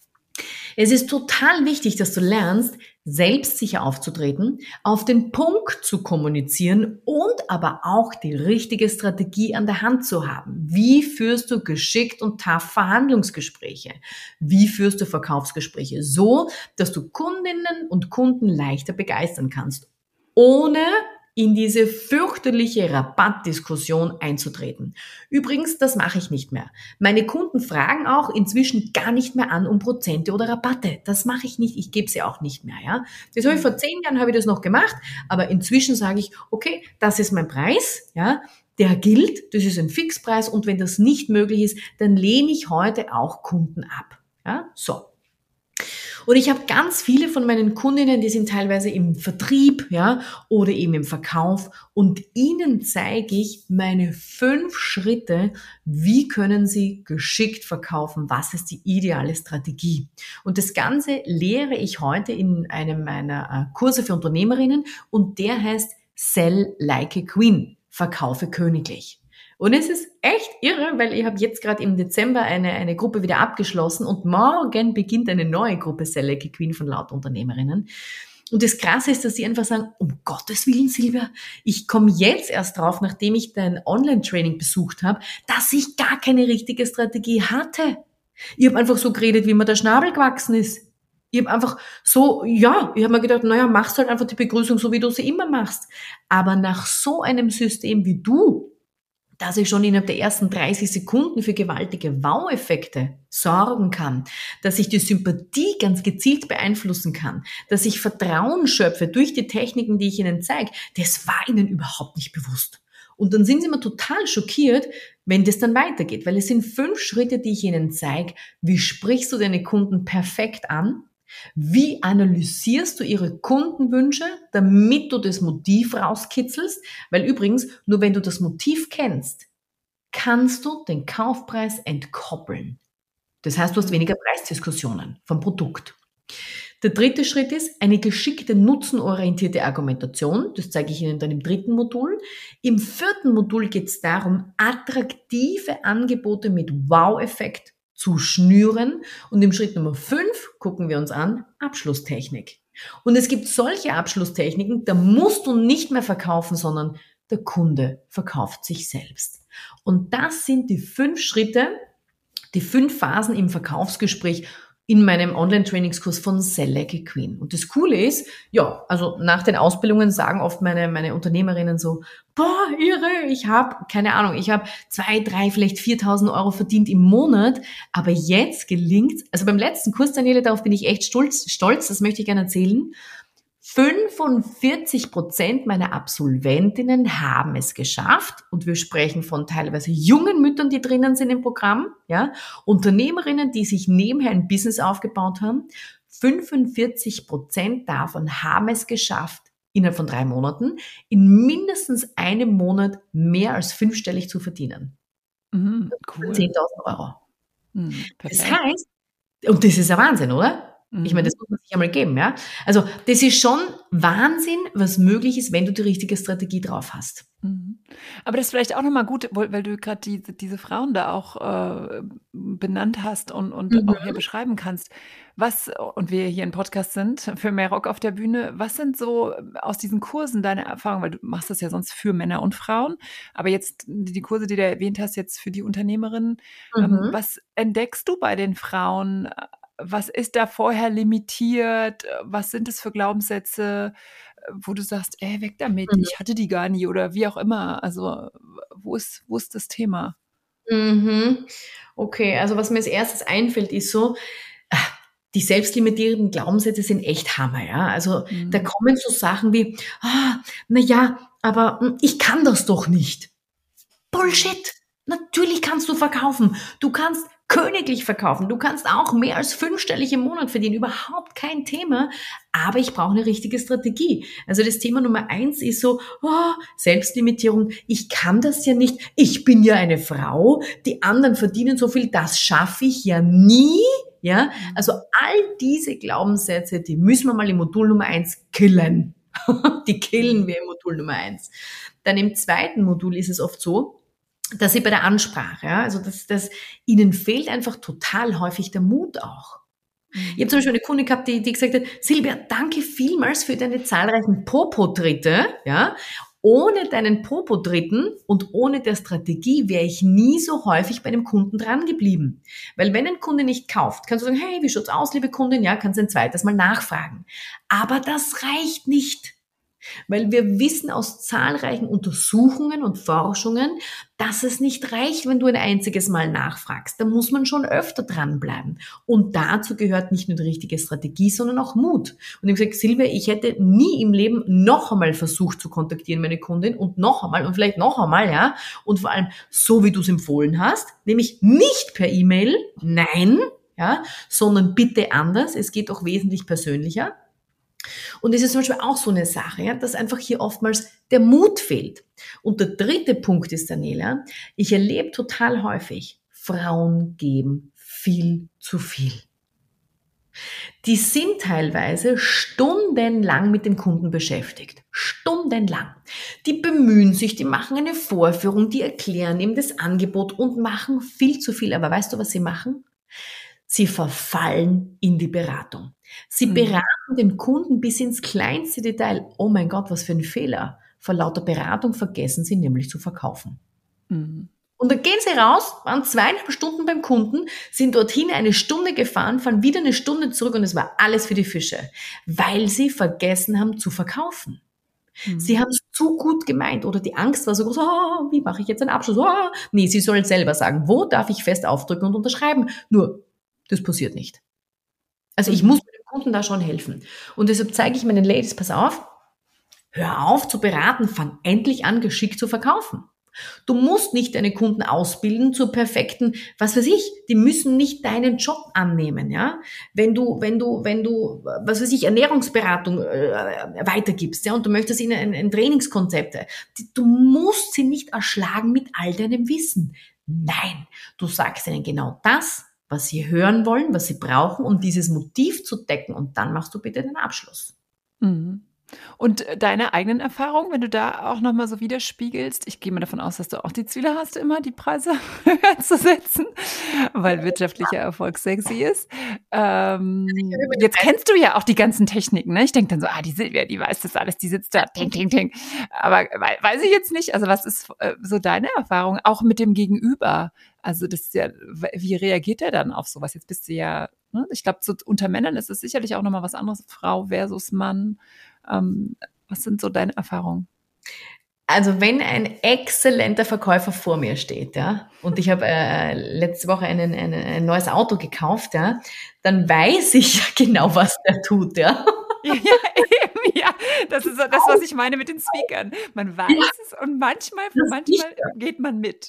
Es ist total wichtig, dass du lernst, selbstsicher aufzutreten, auf den Punkt zu kommunizieren und aber auch die richtige Strategie an der Hand zu haben. Wie führst du geschickt und tough Verhandlungsgespräche? Wie führst du Verkaufsgespräche so, dass du Kundinnen und Kunden leichter begeistern kannst, ohne in diese fürchterliche Rabattdiskussion einzutreten. Übrigens, das mache ich nicht mehr. Meine Kunden fragen auch inzwischen gar nicht mehr an um Prozente oder Rabatte. Das mache ich nicht, ich gebe sie auch nicht mehr. Ja, das habe ich vor zehn Jahren habe ich das noch gemacht, aber inzwischen sage ich, okay, das ist mein Preis, ja, der gilt, das ist ein Fixpreis und wenn das nicht möglich ist, dann lehne ich heute auch Kunden ab. Ja, so. Und ich habe ganz viele von meinen Kundinnen, die sind teilweise im Vertrieb, ja, oder eben im Verkauf und ihnen zeige ich meine fünf Schritte, wie können sie geschickt verkaufen, was ist die ideale Strategie. Und das Ganze lehre ich heute in einem meiner Kurse für Unternehmerinnen und der heißt Sell Like a Queen, verkaufe königlich. Und es ist echt irre, weil ich habe jetzt gerade im Dezember eine, eine Gruppe wieder abgeschlossen und morgen beginnt eine neue Gruppe Sell Like a Queen von lauter Unternehmerinnen. Und das Krasse ist, dass sie einfach sagen, um Gottes Willen, Silvia, ich komme jetzt erst drauf, nachdem ich dein Online-Training besucht habe, dass ich gar keine richtige Strategie hatte. Ich habe einfach so geredet, wie mir der Schnabel gewachsen ist. Ich habe einfach so, ja, ich habe mir gedacht, naja, machst halt einfach die Begrüßung so, wie du sie immer machst. Aber nach so einem System wie du, dass ich schon innerhalb der ersten dreißig Sekunden für gewaltige Wow-Effekte sorgen kann, dass ich die Sympathie ganz gezielt beeinflussen kann, dass ich Vertrauen schöpfe durch die Techniken, die ich ihnen zeige, das war ihnen überhaupt nicht bewusst. Und dann sind sie immer total schockiert, wenn das dann weitergeht, weil es sind fünf Schritte, die ich ihnen zeige. Wie sprichst du deine Kunden perfekt an? Wie analysierst du ihre Kundenwünsche, damit du das Motiv rauskitzelst? Weil übrigens, nur wenn du das Motiv kennst, kannst du den Kaufpreis entkoppeln. Das heißt, du hast weniger Preisdiskussionen vom Produkt. Der dritte Schritt ist eine geschickte, nutzenorientierte Argumentation. Das zeige ich Ihnen dann im dritten Modul. Im vierten Modul geht es darum, attraktive Angebote mit Wow-Effekt zu schnüren. Und im Schritt Nummer fünf gucken wir uns an, Abschlusstechnik. Und es gibt solche Abschlusstechniken, da musst du nicht mehr verkaufen, sondern der Kunde verkauft sich selbst. Und das sind die fünf Schritte, die fünf Phasen im Verkaufsgespräch in meinem Online-Trainingskurs von Sell Like a Queen. Und das Coole ist, ja, also nach den Ausbildungen sagen oft meine, meine Unternehmerinnen so, boah, irre, ich habe, keine Ahnung, ich habe zwei, drei, vielleicht viertausend Euro verdient im Monat, aber jetzt gelingt, also beim letzten Kurs, Daniele, darauf bin ich echt stolz, stolz, das möchte ich gerne erzählen. fünfundvierzig Prozent meiner Absolventinnen haben es geschafft und wir sprechen von teilweise jungen Müttern, die drinnen sind im Programm, ja, Unternehmerinnen, die sich nebenher ein Business aufgebaut haben. fünfundvierzig Prozent davon haben es geschafft, innerhalb von drei Monaten in mindestens einem Monat mehr als fünfstellig zu verdienen. Mhm, cool. zehntausend Euro. Mhm, das heißt, und das ist ein Wahnsinn, oder? Ich meine, das muss man sich einmal geben, ja. Also das ist schon Wahnsinn, was möglich ist, wenn du die richtige Strategie drauf hast. Aber das ist vielleicht auch nochmal gut, weil du gerade die, diese Frauen da auch äh, benannt hast und, und mhm. auch hier beschreiben kannst. Was, und wir hier im Podcast sind, für mehr Rock auf der Bühne, was sind so aus diesen Kursen deine Erfahrungen? Weil du machst das ja sonst für Männer und Frauen, aber jetzt die Kurse, die du erwähnt hast, jetzt für die Unternehmerinnen. Mhm. Ähm, was entdeckst du bei den Frauen? Was ist da vorher limitiert? Was sind es für Glaubenssätze, wo du sagst, ey, weg damit, mhm. ich hatte die gar nie oder wie auch immer. Also wo ist, wo ist das Thema? Mhm. Okay, also was mir als erstes einfällt, ist so, die selbstlimitierenden Glaubenssätze sind echt Hammer, ja. Also mhm. da kommen so Sachen wie, ah, na ja, aber ich kann das doch nicht. Bullshit! Natürlich kannst du verkaufen. Du kannst königlich verkaufen. Du kannst auch mehr als fünfstellig im Monat verdienen. Überhaupt kein Thema. Aber ich brauche eine richtige Strategie. Also das Thema Nummer eins ist so, oh, Selbstlimitierung. Ich kann das ja nicht. Ich bin ja eine Frau. Die anderen verdienen so viel. Das schaffe ich ja nie. Ja, also all diese Glaubenssätze, die müssen wir mal im Modul Nummer eins killen. Die killen wir im Modul Nummer eins. Dann im zweiten Modul ist es oft so, dass sie bei der Ansprache, ja, also dass, dass ihnen fehlt einfach total häufig der Mut auch. Ich habe zum Beispiel eine Kundin gehabt, die, die gesagt hat, Silvia, danke vielmals für deine zahlreichen Popo-Tritte, ja. Ohne deinen Popo-Dritten und ohne der Strategie wäre ich nie so häufig bei einem Kunden dran geblieben. Weil wenn ein Kunde nicht kauft, kannst du sagen, hey, wie schaut's aus, liebe Kundin? Ja, kannst du ein zweites Mal nachfragen. Aber das reicht nicht. Weil wir wissen aus zahlreichen Untersuchungen und Forschungen, dass es nicht reicht, wenn du ein einziges Mal nachfragst. Da muss man schon öfter dranbleiben. Und dazu gehört nicht nur die richtige Strategie, sondern auch Mut. Und ich habe gesagt, Silvia, ich hätte nie im Leben noch einmal versucht zu kontaktieren, meine Kundin, und noch einmal und vielleicht noch einmal, ja. Und vor allem so, wie du es empfohlen hast, nämlich nicht per E-Mail, nein, ja, sondern bitte anders. Es geht auch wesentlich persönlicher. Und das ist zum Beispiel auch so eine Sache, ja, dass einfach hier oftmals der Mut fehlt. Und der dritte Punkt ist, Daniela, ich erlebe total häufig, Frauen geben viel zu viel. Die sind teilweise stundenlang mit dem Kunden beschäftigt. Stundenlang. Die bemühen sich, die machen eine Vorführung, die erklären ihm das Angebot und machen viel zu viel. Aber weißt du, was sie machen? Sie verfallen in die Beratung. Sie beraten den Kunden bis ins kleinste Detail. Oh mein Gott, was für ein Fehler. Vor lauter Beratung vergessen sie nämlich zu verkaufen. Mhm. Und dann gehen sie raus, waren zweieinhalb Stunden beim Kunden, sind dorthin eine Stunde gefahren, fahren wieder eine Stunde zurück und es war alles für die Fische, weil sie vergessen haben zu verkaufen. Mhm. Sie haben es zu gut gemeint oder die Angst war so groß, oh, wie mache ich jetzt einen Abschluss? Oh. Nee, sie sollen selber sagen, wo darf ich fest aufdrücken und unterschreiben? Nur, das passiert nicht. Also ich muss dem Kunden da schon helfen. Und deshalb zeige ich meinen Ladies, pass auf, hör auf zu beraten, fang endlich an, geschickt zu verkaufen. Du musst nicht deine Kunden ausbilden zur perfekten, was weiß ich, die müssen nicht deinen Job annehmen, ja. Wenn du, wenn du, wenn du, was weiß ich, Ernährungsberatung äh, weitergibst, ja, und du möchtest ihnen ein, ein Trainingskonzept, du musst sie nicht erschlagen mit all deinem Wissen. Nein, du sagst ihnen genau das, was sie hören wollen, was sie brauchen, um dieses Motiv zu decken. Und dann machst du bitte den Abschluss. Mhm. Und deine eigenen Erfahrungen, wenn du da auch nochmal so widerspiegelst, ich gehe mal davon aus, dass du auch die Ziele hast, immer die Preise höher zu setzen, weil wirtschaftlicher Erfolg sexy ist. Ähm, jetzt kennst du ja auch die ganzen Techniken, ne? Ich denke dann so, ah, die Silvia, die weiß das alles, die sitzt da, ting, ting, ting. Aber weiß ich jetzt nicht, also was ist äh, so deine Erfahrung, auch mit dem Gegenüber? Also das ist ja, wie reagiert er dann auf sowas? Jetzt bist du ja, ne? Ich glaube, so unter Männern ist es sicherlich auch nochmal was anderes, Frau versus Mann. Ähm, was sind so deine Erfahrungen? Also wenn ein exzellenter Verkäufer vor mir steht, ja, und ich habe äh, letzte Woche einen, einen, ein neues Auto gekauft, ja, dann weiß ich ja genau, was der tut, ja. Ja, eben, ja, das ist so das, was ich meine mit den Speakern. Man weiß es und manchmal, manchmal geht man mit.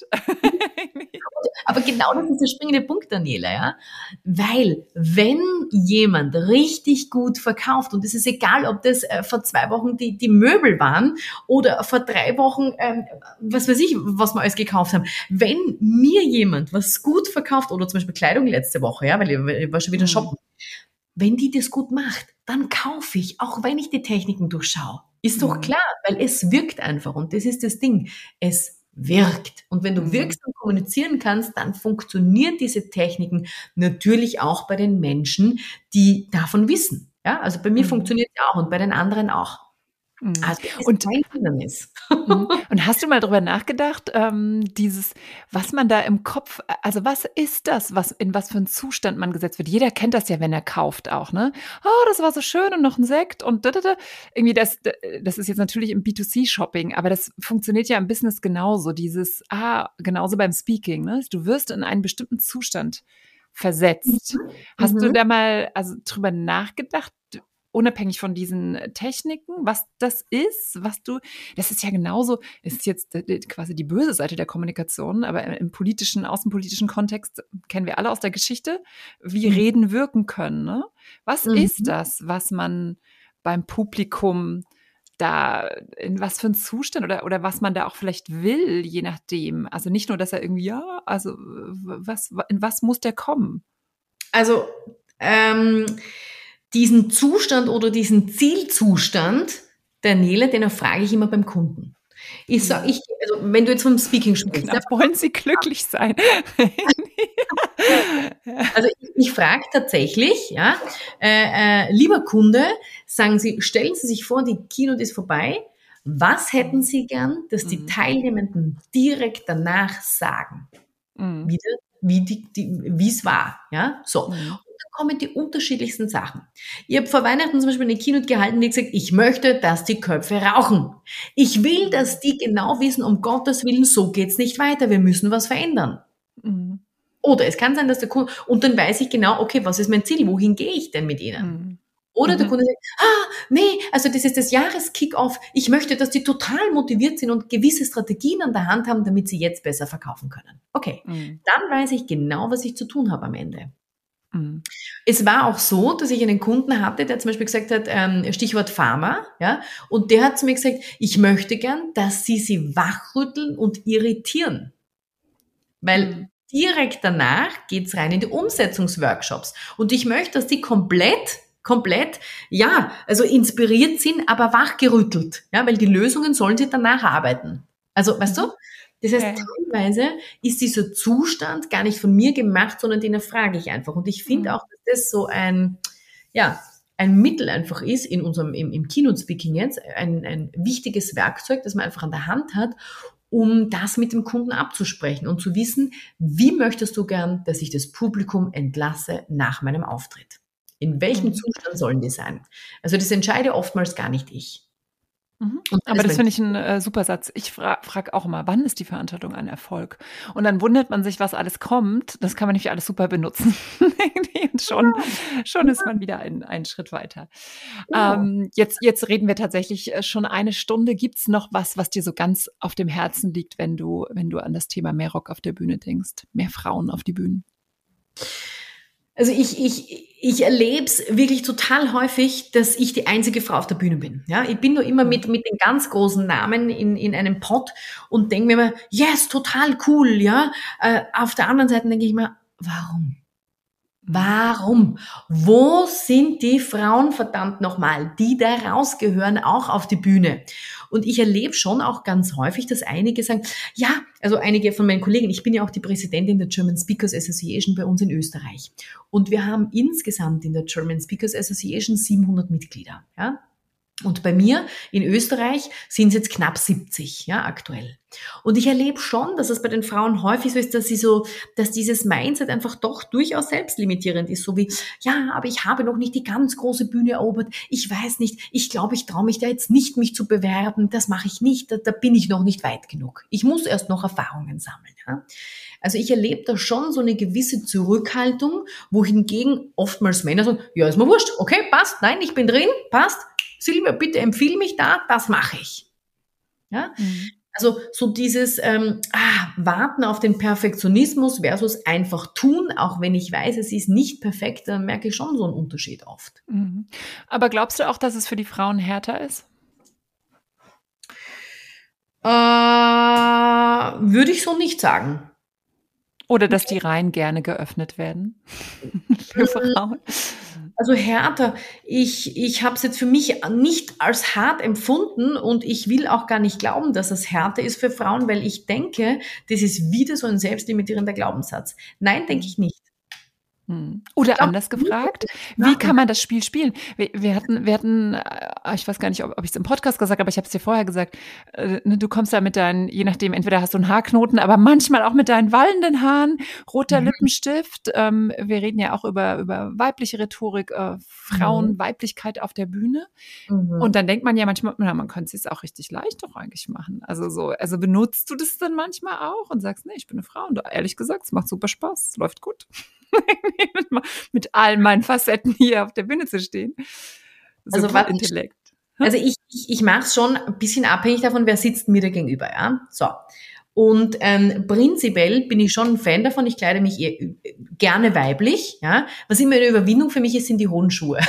Aber genau das ist der springende Punkt, Daniela, ja. Weil, wenn jemand richtig gut verkauft, und es ist egal, ob das äh, vor zwei Wochen die, die Möbel waren oder vor drei Wochen, ähm, was weiß ich, was wir alles gekauft haben. Wenn mir jemand was gut verkauft, oder zum Beispiel Kleidung letzte Woche, ja, weil ich, weil ich war schon wieder shoppen, wenn die das gut macht, dann kaufe ich, auch wenn ich die Techniken durchschaue. Ist doch klar, weil es wirkt einfach. Und das ist das Ding. Es wirkt. Und wenn du wirkst und kommunizieren kannst, dann funktionieren diese Techniken natürlich auch bei den Menschen, die davon wissen. Ja, also bei mir mhm. funktioniert es auch und bei den anderen auch. Also das ist und, kein Hindernis. Und hast du mal drüber nachgedacht, ähm, dieses, was man da im Kopf, also was ist das, was in was für einen Zustand man gesetzt wird? Jeder kennt das ja, wenn er kauft auch, ne? Oh, das war so schön und noch ein Sekt und da, da, da. Irgendwie das, das ist jetzt natürlich im B zwei C-Shopping, aber das funktioniert ja im Business genauso. Dieses, ah, genauso beim Speaking, ne? Du wirst in einen bestimmten Zustand versetzt. Mhm. Hast mhm. du da mal also drüber nachgedacht, unabhängig von diesen Techniken, was das ist, was du, das ist ja genauso, es ist jetzt quasi die böse Seite der Kommunikation, aber im politischen, außenpolitischen Kontext kennen wir alle aus der Geschichte, wie Mhm. Reden wirken können. Ne? Was Mhm. ist das, was man beim Publikum da, in was für einen Zustand oder, oder was man da auch vielleicht will, je nachdem. Also nicht nur, dass er irgendwie, ja, also was, in was muss der kommen? Also ähm, diesen Zustand oder diesen Zielzustand, Daniela, den erfrage ich immer beim Kunden. Ich sag, ich, also wenn du jetzt vom Speaking sprichst, Genau, wollen Sie glücklich sein? Also ich, ich frage tatsächlich, ja, äh, äh, lieber Kunde, sagen Sie, stellen Sie sich vor, die Keynote ist vorbei. Was hätten Sie gern, dass die Mhm. Teilnehmenden direkt danach sagen, Mhm. wie, wie die, die, wie es war, ja, so. Mhm. Und dann kommen die unterschiedlichsten Sachen. Ich habe vor Weihnachten zum Beispiel eine Keynote gehalten, die gesagt, ich möchte, dass die Köpfe rauchen. Ich will, dass die genau wissen, um Gottes Willen, so geht's nicht weiter. Wir müssen was verändern. Mhm. Oder es kann sein, dass der Kunde, und dann weiß ich genau, okay, was ist mein Ziel? Wohin gehe ich denn mit Ihnen? Mhm. Oder der Mhm. Kunde sagt, ah, nee, also das ist das Jahres-Kick-Off. Ich möchte, dass die total motiviert sind und gewisse Strategien an der Hand haben, damit sie jetzt besser verkaufen können. Okay, Mhm. dann weiß ich genau, was ich zu tun habe am Ende. Mhm. Es war auch so, dass ich einen Kunden hatte, der zum Beispiel gesagt hat, ähm, Stichwort Pharma, ja, und der hat zu mir gesagt, ich möchte gern, dass Sie sie wachrütteln und irritieren. Weil Mhm. direkt danach geht's rein in die Umsetzungsworkshops. Und ich möchte, dass die komplett, komplett, ja, also inspiriert sind, aber wachgerüttelt. Ja, weil die Lösungen sollen sie danach arbeiten. Also, weißt Mhm. du? Das heißt, Ja, ja. teilweise ist dieser Zustand gar nicht von mir gemacht, sondern den erfrage ich einfach. Und ich finde Mhm. auch, dass das so ein, ja, ein Mittel einfach ist in unserem, im, im Keynote-Speaking jetzt, ein, ein wichtiges Werkzeug, das man einfach an der Hand hat, um das mit dem Kunden abzusprechen und zu wissen, wie möchtest du gern, dass ich das Publikum entlasse nach meinem Auftritt? In welchem Mhm. Zustand sollen die sein? Also das entscheide oftmals gar nicht ich. Mhm. Und dann Aber ist das mein finde ich ein äh, super Satz. Ich fra frage auch immer, wann ist die Veranstaltung ein Erfolg? Und dann wundert man sich, was alles kommt. Das kann man nämlich alles super benutzen. Und schon, schon ist man wieder ein, einen Schritt weiter. Genau. Ähm, jetzt, jetzt reden wir tatsächlich äh, schon eine Stunde. Gibt's noch was, was dir so ganz auf dem Herzen liegt, wenn du, wenn du an das Thema mehr Rock auf der Bühne denkst? Mehr Frauen auf die Bühnen? Also ich, ich, ich erlebe es wirklich total häufig, dass ich die einzige Frau auf der Bühne bin. Ja, ich bin nur immer mit, mit den ganz großen Namen in, in einem Pot und denke mir immer, yes, total cool, ja. Äh, auf der anderen Seite denke ich mir, warum? Warum? Wo sind die Frauen, verdammt nochmal, die da rausgehören, auch auf die Bühne? Und ich erlebe schon auch ganz häufig, dass einige sagen, ja, also einige von meinen Kollegen, ich bin ja auch die Präsidentin der German Speakers Association bei uns in Österreich. Und wir haben insgesamt in der German Speakers Association siebenhundert Mitglieder, ja. Und bei mir in Österreich sind es jetzt knapp siebzig, ja, aktuell. Und ich erlebe schon, dass es bei den Frauen häufig so ist, dass sie so, dass dieses Mindset einfach doch durchaus selbstlimitierend ist, so wie, ja, aber ich habe noch nicht die ganz große Bühne erobert, ich weiß nicht, ich glaube, ich traue mich da jetzt nicht, mich zu bewerben, das mache ich nicht, da, da bin ich noch nicht weit genug. Ich muss erst noch Erfahrungen sammeln, ja. Also ich erlebe da schon so eine gewisse Zurückhaltung, wohingegen oftmals Männer sagen, ja, ist mir wurscht, okay, passt, nein, ich bin drin, passt, Silvia, bitte empfiehl mich da, das mache ich. Ja? Mhm. Also so dieses ähm, ah, Warten auf den Perfektionismus versus einfach tun, auch wenn ich weiß, es ist nicht perfekt, dann merke ich schon so einen Unterschied oft. Mhm. Aber glaubst du auch, dass es für die Frauen härter ist? Äh, würde ich so nicht sagen. Oder dass die Reihen gerne geöffnet werden für Frauen? Also härter, ich, ich habe es jetzt für mich nicht als hart empfunden und ich will auch gar nicht glauben, dass es härter ist für Frauen, weil ich denke, das ist wieder so ein selbstlimitierender Glaubenssatz. Nein, denke ich nicht. Oder glaub, anders gefragt, wie kann man das Spiel spielen? Wir, wir hatten, wir hatten, äh, ich weiß gar nicht, ob, ob ich es im Podcast gesagt habe, aber ich habe es dir vorher gesagt, äh, ne, du kommst da mit deinen, je nachdem, entweder hast du einen Haarknoten, aber manchmal auch mit deinen wallenden Haaren, roter Mhm. Lippenstift. Ähm, wir reden ja auch über, über weibliche Rhetorik, äh, Frauen, Mhm. Weiblichkeit auf der Bühne. Mhm. Und dann denkt man ja manchmal, na, man könnte es auch richtig leicht doch eigentlich machen. Also so, also benutzt du das dann manchmal auch und sagst, nee, ich bin eine Frau. Und ehrlich gesagt, es macht super Spaß, es läuft gut. mit, mit all meinen Facetten hier auf der Bühne zu stehen. So also was Intellekt. Also ich, ich, ich mache es schon ein bisschen abhängig davon, wer sitzt mir da gegenüber. Ja? So. Und ähm, prinzipiell bin ich schon ein Fan davon, ich kleide mich eher, gerne weiblich. Ja? Was immer eine Überwindung für mich ist, sind die hohen Schuhe.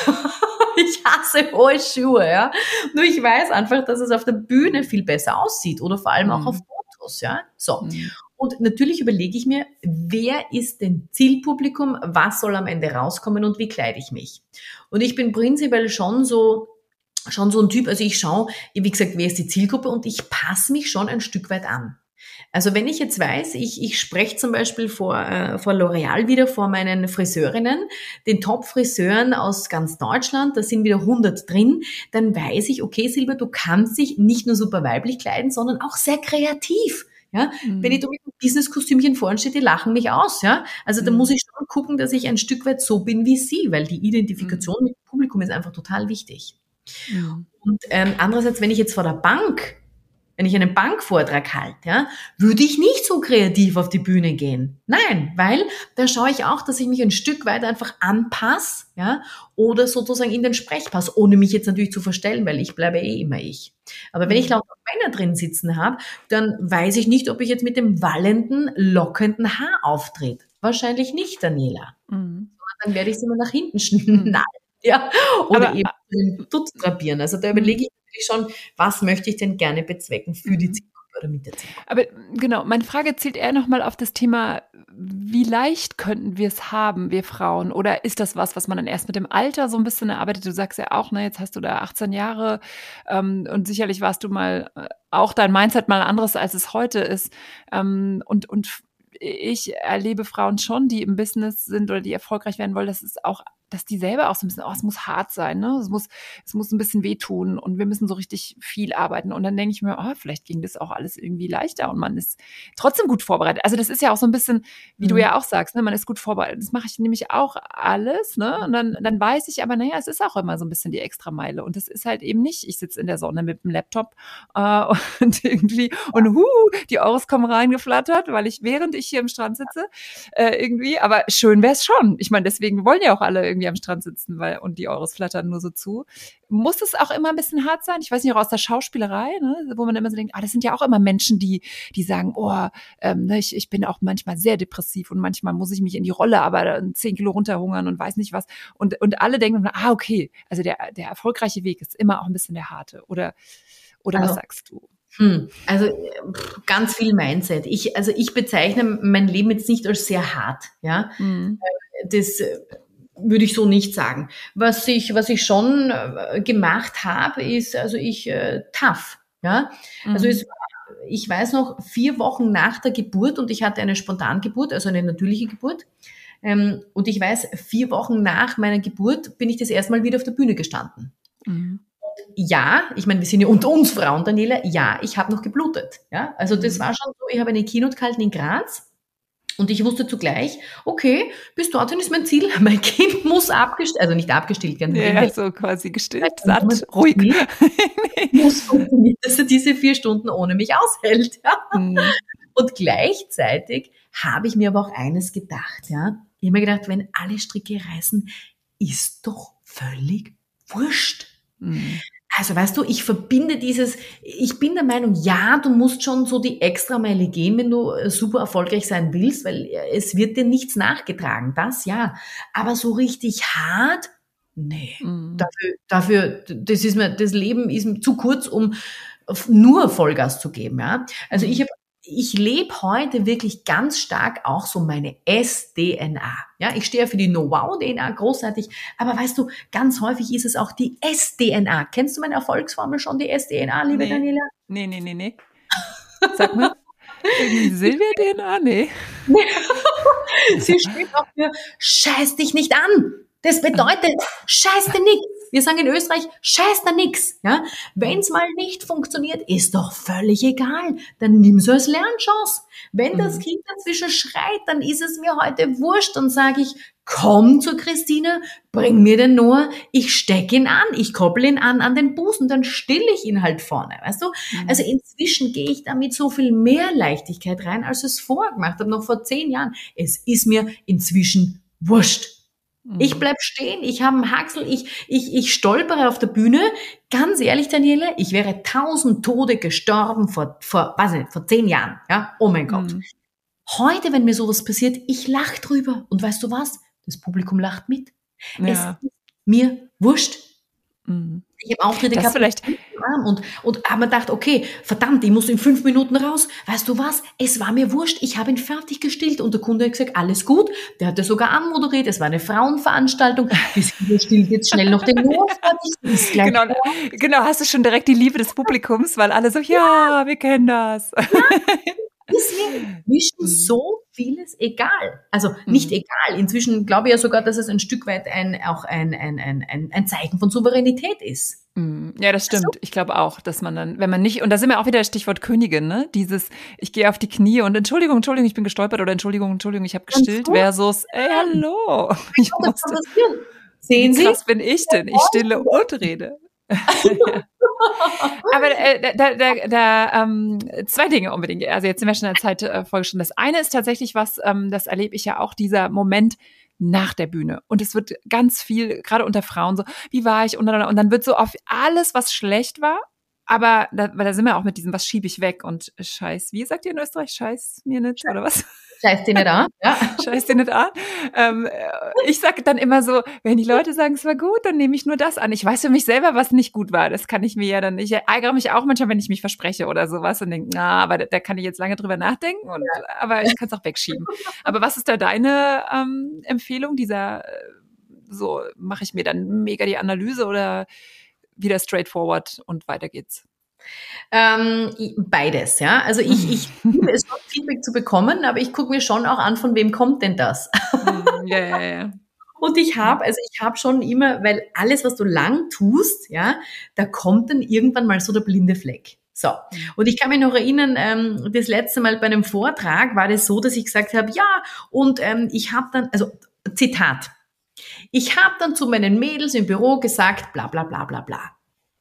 Ich hasse hohe Schuhe. Ja? Nur ich weiß einfach, dass es auf der Bühne viel besser aussieht oder vor allem auch Mhm. auf Fotos. Ja? So. Mhm. Und natürlich überlege ich mir, wer ist denn Zielpublikum, was soll am Ende rauskommen und wie kleide ich mich? Und ich bin prinzipiell schon so, schon so ein Typ, also ich schaue, wie gesagt, wer ist die Zielgruppe und ich passe mich schon ein Stück weit an. Also wenn ich jetzt weiß, ich, ich spreche zum Beispiel vor, äh, vor L'Oreal wieder, vor meinen Friseurinnen, den Top-Friseuren aus ganz Deutschland, da sind wieder hundert drin, dann weiß ich, okay Silber, du kannst dich nicht nur super weiblich kleiden, sondern auch sehr kreativ. Ja, Mhm. wenn ich da mit einem Business-Kostümchen vorne stehe, die lachen mich aus, ja. Also da Mhm. muss ich schon gucken, dass ich ein Stück weit so bin wie sie, weil die Identifikation Mhm. mit dem Publikum ist einfach total wichtig. Mhm. Und ähm, andererseits, wenn ich jetzt vor der Bank, wenn ich einen Bankvortrag halte, ja, würde ich nicht so kreativ auf die Bühne gehen. Nein, weil da schaue ich auch, dass ich mich ein Stück weit einfach anpasse, ja, oder sozusagen in den Sprech passe, ohne mich jetzt natürlich zu verstellen, weil ich bleibe eh immer ich. Aber wenn ich lauter Männer drin sitzen habe, dann weiß ich nicht, ob ich jetzt mit dem wallenden, lockenden Haar auftrete. Wahrscheinlich nicht, Daniela. Mhm. Dann werde ich sie immer nach hinten schnallen. Ja, oder Aber, eben den Dutt drapieren. Also da überlege ich natürlich schon, was möchte ich denn gerne bezwecken für die Mhm. Zielgruppe oder mit der Zielgruppe. aber genau, meine Frage zielt eher nochmal auf das Thema, wie leicht könnten wir es haben, wir Frauen? Oder ist das was, was man dann erst mit dem Alter so ein bisschen erarbeitet? Du sagst ja auch, ne, jetzt hast du da achtzehn Jahre ähm, und sicherlich warst du mal, äh, auch dein Mindset mal anderes, als es heute ist. Ähm, und, und ich erlebe Frauen schon, die im Business sind oder die erfolgreich werden wollen, das ist auch, dass die selber auch so ein bisschen, oh, es muss hart sein, ne? Es muss, es muss ein bisschen wehtun und wir müssen so richtig viel arbeiten. Und dann denke ich mir, oh, vielleicht ging das auch alles irgendwie leichter und man ist trotzdem gut vorbereitet. Also das ist ja auch so ein bisschen, wie du Mhm. ja auch sagst, ne? Man ist gut vorbereitet. Das mache ich nämlich auch alles, ne? Und dann, dann weiß ich aber, naja, es ist auch immer so ein bisschen die Extrameile. Und das ist halt eben nicht, ich sitze in der Sonne mit dem Laptop äh, und irgendwie, und huh, die Euros kommen reingeflattert, weil ich, während ich hier am Strand sitze, äh, irgendwie, aber schön wäre es schon. Ich meine, deswegen wollen ja auch alle irgendwie am Strand sitzen, weil, und die Euros flattern nur so zu. Muss es auch immer ein bisschen hart sein? Ich weiß nicht, auch aus der Schauspielerei, ne, wo man immer so denkt, ah, das sind ja auch immer Menschen, die, die sagen, oh, ähm, ne, ich, ich bin auch manchmal sehr depressiv und manchmal muss ich mich in die Rolle aber zehn Kilo runterhungern und weiß nicht was. Und, und alle denken, ah, okay, also der, der erfolgreiche Weg ist immer auch ein bisschen der harte. Oder, oder Also, was sagst du? Hm, also äh, pff, ganz viel Mindset. Ich, also ich bezeichne mein Leben jetzt nicht als sehr hart, ja. Mhm. Das äh, würde ich so nicht sagen. Was ich, was ich schon äh, gemacht habe, ist, also ich äh, tough, ja. Also Mhm. es, ich weiß noch, vier Wochen nach der Geburt und ich hatte eine Spontangeburt, also eine natürliche Geburt. Ähm, und ich weiß, vier Wochen nach meiner Geburt bin ich das erste Mal wieder auf der Bühne gestanden. Mhm. Ja, ich meine, wir sind ja unter uns Frauen, Daniela, ja, ich habe noch geblutet. Ja, also das Mhm. war schon so, ich habe eine Keynote gehalten in Graz und ich wusste zugleich, okay, bis dorthin ist mein Ziel, mein Kind muss abgestillt, also nicht abgestillt, ganz im Ja, Gegenteil, so quasi gestillt, Mein Kind satt, ruhig. muss funktionieren, dass er diese vier Stunden ohne mich aushält. Ja. Mhm. Und gleichzeitig habe ich mir aber auch eines gedacht, ja. Ich habe mir gedacht, wenn alle Stricke reißen, ist doch völlig wurscht. Mhm. Also weißt du, ich verbinde dieses, ich bin der Meinung, ja, du musst schon so die Extrameile gehen, wenn du äh, super erfolgreich sein willst, weil äh, es wird dir nichts nachgetragen, das ja. Aber so richtig hart, nee. Mhm. Dafür, dafür, das ist mir, das Leben ist mir zu kurz, um auf- nur Vollgas zu geben, ja. Also ich habe ich lebe heute wirklich ganz stark auch so meine S-D N A. Ja, ich stehe ja für die Know-how-D N A, großartig. Aber weißt du, ganz häufig ist es auch die S-D N A. Kennst du meine Erfolgsformel schon, die S-D N A, liebe Nee. Daniela? Nee, nee, nee, nee. Sag mal. Irgendwie Silvia-D N A? Nee. Sie steht auch für Scheiß dich nicht an. Das bedeutet, scheiß dir nix. Wir sagen in Österreich, scheiß da nix. Ja? Wenn's mal nicht funktioniert, ist doch völlig egal. Dann nimm's als Lernchance. Wenn das Mhm. Kind dazwischen schreit, dann ist es mir heute wurscht. Dann sage ich, komm zu Christina, bring mir den Noah, ich steck ihn an, ich koppel ihn an an den Busen, dann still ich ihn halt vorne, weißt du? Mhm. Also inzwischen gehe ich da mit so viel mehr Leichtigkeit rein, als ich es vorher gemacht habe, noch vor zehn Jahren. Es ist mir inzwischen wurscht. Ich bleib stehen, ich habe einen Haxel, ich, ich, ich stolpere auf der Bühne. Ganz ehrlich, Daniele, ich wäre tausend Tode gestorben vor, vor, weiß nicht, vor zehn Jahren. Ja, oh mein Gott. Mhm. Heute, wenn mir sowas passiert, ich lache drüber. Und weißt du was? Das Publikum lacht mit. Ja. Es ist mir wurscht. Mhm. Ich habe Auftritte Das gehabt vielleicht und, und habe mir gedacht, okay, verdammt, ich muss in fünf Minuten raus. Weißt du was? Es war mir wurscht. Ich habe ihn fertig gestillt und der Kunde hat gesagt, alles gut. Der hat ja sogar anmoderiert. Es war eine Frauenveranstaltung. Bis hier stillt jetzt schnell noch den Noah fertig. Ist gleich Genau, genau, hast du schon direkt die Liebe des Publikums, weil alle so, ja, wir kennen das. ist mir inzwischen so vieles egal. Also nicht Mhm. egal. Inzwischen glaube ich ja sogar, dass es ein Stück weit ein, auch ein, ein, ein, ein, ein Zeichen von Souveränität ist. Mhm. Ja, das stimmt. Ich glaube auch, dass man dann, wenn man nicht, und da sind wir auch wieder das Stichwort Königin, ne? Dieses, ich gehe auf die Knie und Entschuldigung, Entschuldigung, ich bin gestolpert oder Entschuldigung, Entschuldigung, ich habe gestillt so. versus, ey, hallo. Ich Was musste, kann passieren? Sehen wie Sie? krass bin ich denn? Ich stille und rede. Aber äh, da, da, da ähm, zwei Dinge unbedingt. Also jetzt sind wir schon in der Zeit äh, vorgeschrieben. Das eine ist tatsächlich was, ähm, das erlebe ich ja auch, dieser Moment nach der Bühne. Und es wird ganz viel, gerade unter Frauen so, wie war ich? Und dann, und dann wird so auf alles, was schlecht war, aber da, weil da sind wir auch mit diesem, was schiebe ich weg und scheiß, wie sagt ihr in Österreich? Scheiß mir nicht, oder was? Scheiß dir nicht an. Ja. Scheiß dir nicht an. Ähm, ich sage dann immer so, wenn die Leute sagen, es war gut, dann nehme ich nur das an. Ich weiß für mich selber, was nicht gut war. Das kann ich mir ja dann nicht. Ich ärgere mich auch manchmal, wenn ich mich verspreche oder sowas und denke, na, aber da, da kann ich jetzt lange drüber nachdenken, und, ja. aber ich kann es auch wegschieben. Aber was ist da deine ähm, Empfehlung? Dieser, so mache ich mir dann mega die Analyse oder wieder straightforward und weiter geht's? Ähm, beides, ja. Also ich, ich liebe es, Feedback zu bekommen, aber ich gucke mir schon auch an, von wem kommt denn das? Ja, ja, ja. Und ich habe, also ich habe schon immer, weil alles, was du lang tust, ja, da kommt dann irgendwann mal so der blinde Fleck. So. Und ich kann mich noch erinnern, ähm, das letzte Mal bei einem Vortrag war das so, dass ich gesagt habe, ja, und ähm, ich habe dann, also Zitat, ich habe dann zu meinen Mädels im Büro gesagt, bla bla bla bla bla.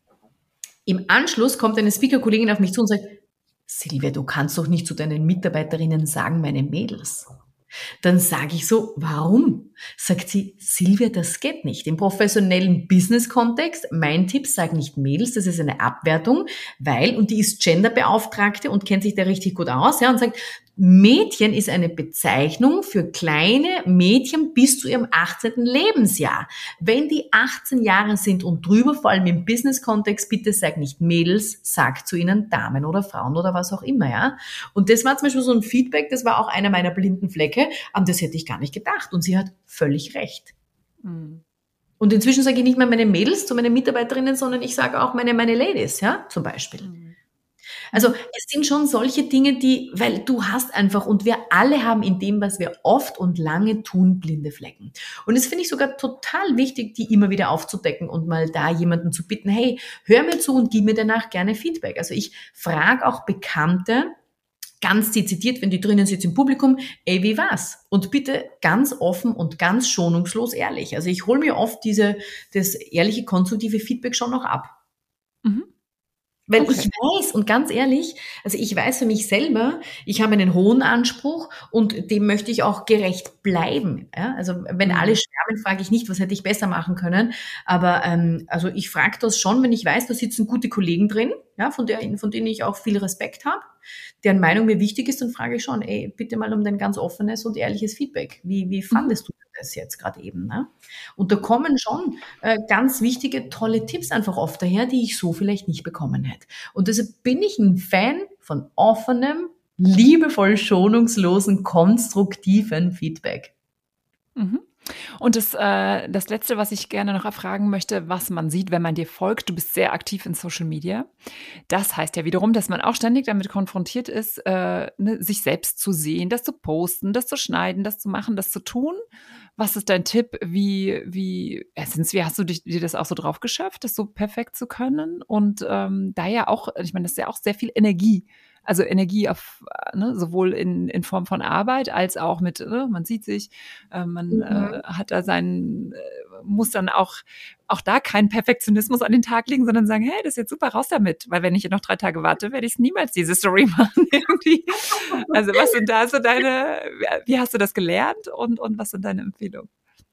Im Anschluss kommt eine Speaker-Kollegin auf mich zu und sagt, Silvia, du kannst doch nicht zu deinen Mitarbeiterinnen sagen, meine Mädels. Dann sage ich so, warum? Sagt sie, Silvia, das geht nicht. Im professionellen Business-Kontext, mein Tipp, sag nicht Mädels, das ist eine Abwertung, weil, und die ist Genderbeauftragte und kennt sich da richtig gut aus, ja, und sagt, Mädchen ist eine Bezeichnung für kleine Mädchen bis zu ihrem achtzehnten Lebensjahr. Wenn die achtzehn Jahre sind und drüber, vor allem im Business-Kontext, bitte sag nicht Mädels, sag zu ihnen Damen oder Frauen oder was auch immer, ja. Und das war zum Beispiel so ein Feedback, das war auch einer meiner blinden Flecke, an das hätte ich gar nicht gedacht. Und sie hat völlig recht. Mhm. Und inzwischen sage ich nicht mehr meine Mädels zu meinen Mitarbeiterinnen, sondern ich sage auch meine, meine Ladies, ja, zum Beispiel. Mhm. Also es sind schon solche Dinge, die, weil du hast einfach, und wir alle haben in dem, was wir oft und lange tun, blinde Flecken. Und das finde ich sogar total wichtig, die immer wieder aufzudecken und mal da jemanden zu bitten, hey, hör mir zu und gib mir danach gerne Feedback. Also ich frage auch Bekannte, ganz dezidiert, wenn die drinnen sitzt im Publikum, ey, wie war's? Und bitte ganz offen und ganz schonungslos ehrlich. Also ich hole mir oft diese, das ehrliche, konstruktive Feedback schon noch ab. Mhm. Weil okay. ich weiß, und ganz ehrlich, also ich weiß für mich selber, ich habe einen hohen Anspruch und dem möchte ich auch gerecht bleiben. Ja? Also wenn mhm. alle schwärmen, frage ich nicht, was hätte ich besser machen können. Aber ähm, also ich frage das schon, wenn ich weiß, da sitzen gute Kollegen drin, ja, von, der, von denen ich auch viel Respekt habe, deren Meinung mir wichtig ist, dann frage ich schon, ey, bitte mal um dein ganz offenes und ehrliches Feedback. Wie, wie fandest mhm. du das jetzt gerade eben? Ne? Und da kommen schon äh, ganz wichtige, tolle Tipps einfach oft daher, die ich so vielleicht nicht bekommen hätte. Und deshalb bin ich ein Fan von offenem, liebevoll schonungslosen, konstruktiven Feedback. Mhm. Und das, äh, das Letzte, was ich gerne noch erfragen möchte, was man sieht, wenn man dir folgt, du bist sehr aktiv in Social Media. Das heißt ja wiederum, dass man auch ständig damit konfrontiert ist, äh, ne, sich selbst zu sehen, das zu posten, das zu schneiden, das zu machen, das zu tun. Was ist dein Tipp? Wie, wie, erstens, wie hast du dich, dir das auch so drauf geschafft, das so perfekt zu können? Und ähm, da ja auch, ich meine, das ist ja auch sehr viel Energie. Also Energie auf, ne, sowohl in, in Form von Arbeit als auch mit, ne, man sieht sich, äh, man mhm. äh, hat da seinen, äh, muss dann auch, auch da keinen Perfektionismus an den Tag legen, sondern sagen, hey, das ist jetzt super, raus damit. Weil wenn ich noch drei Tage warte, werde ich niemals diese Story machen irgendwie. Also was sind da so deine, wie hast du das gelernt und, und was sind deine Empfehlungen?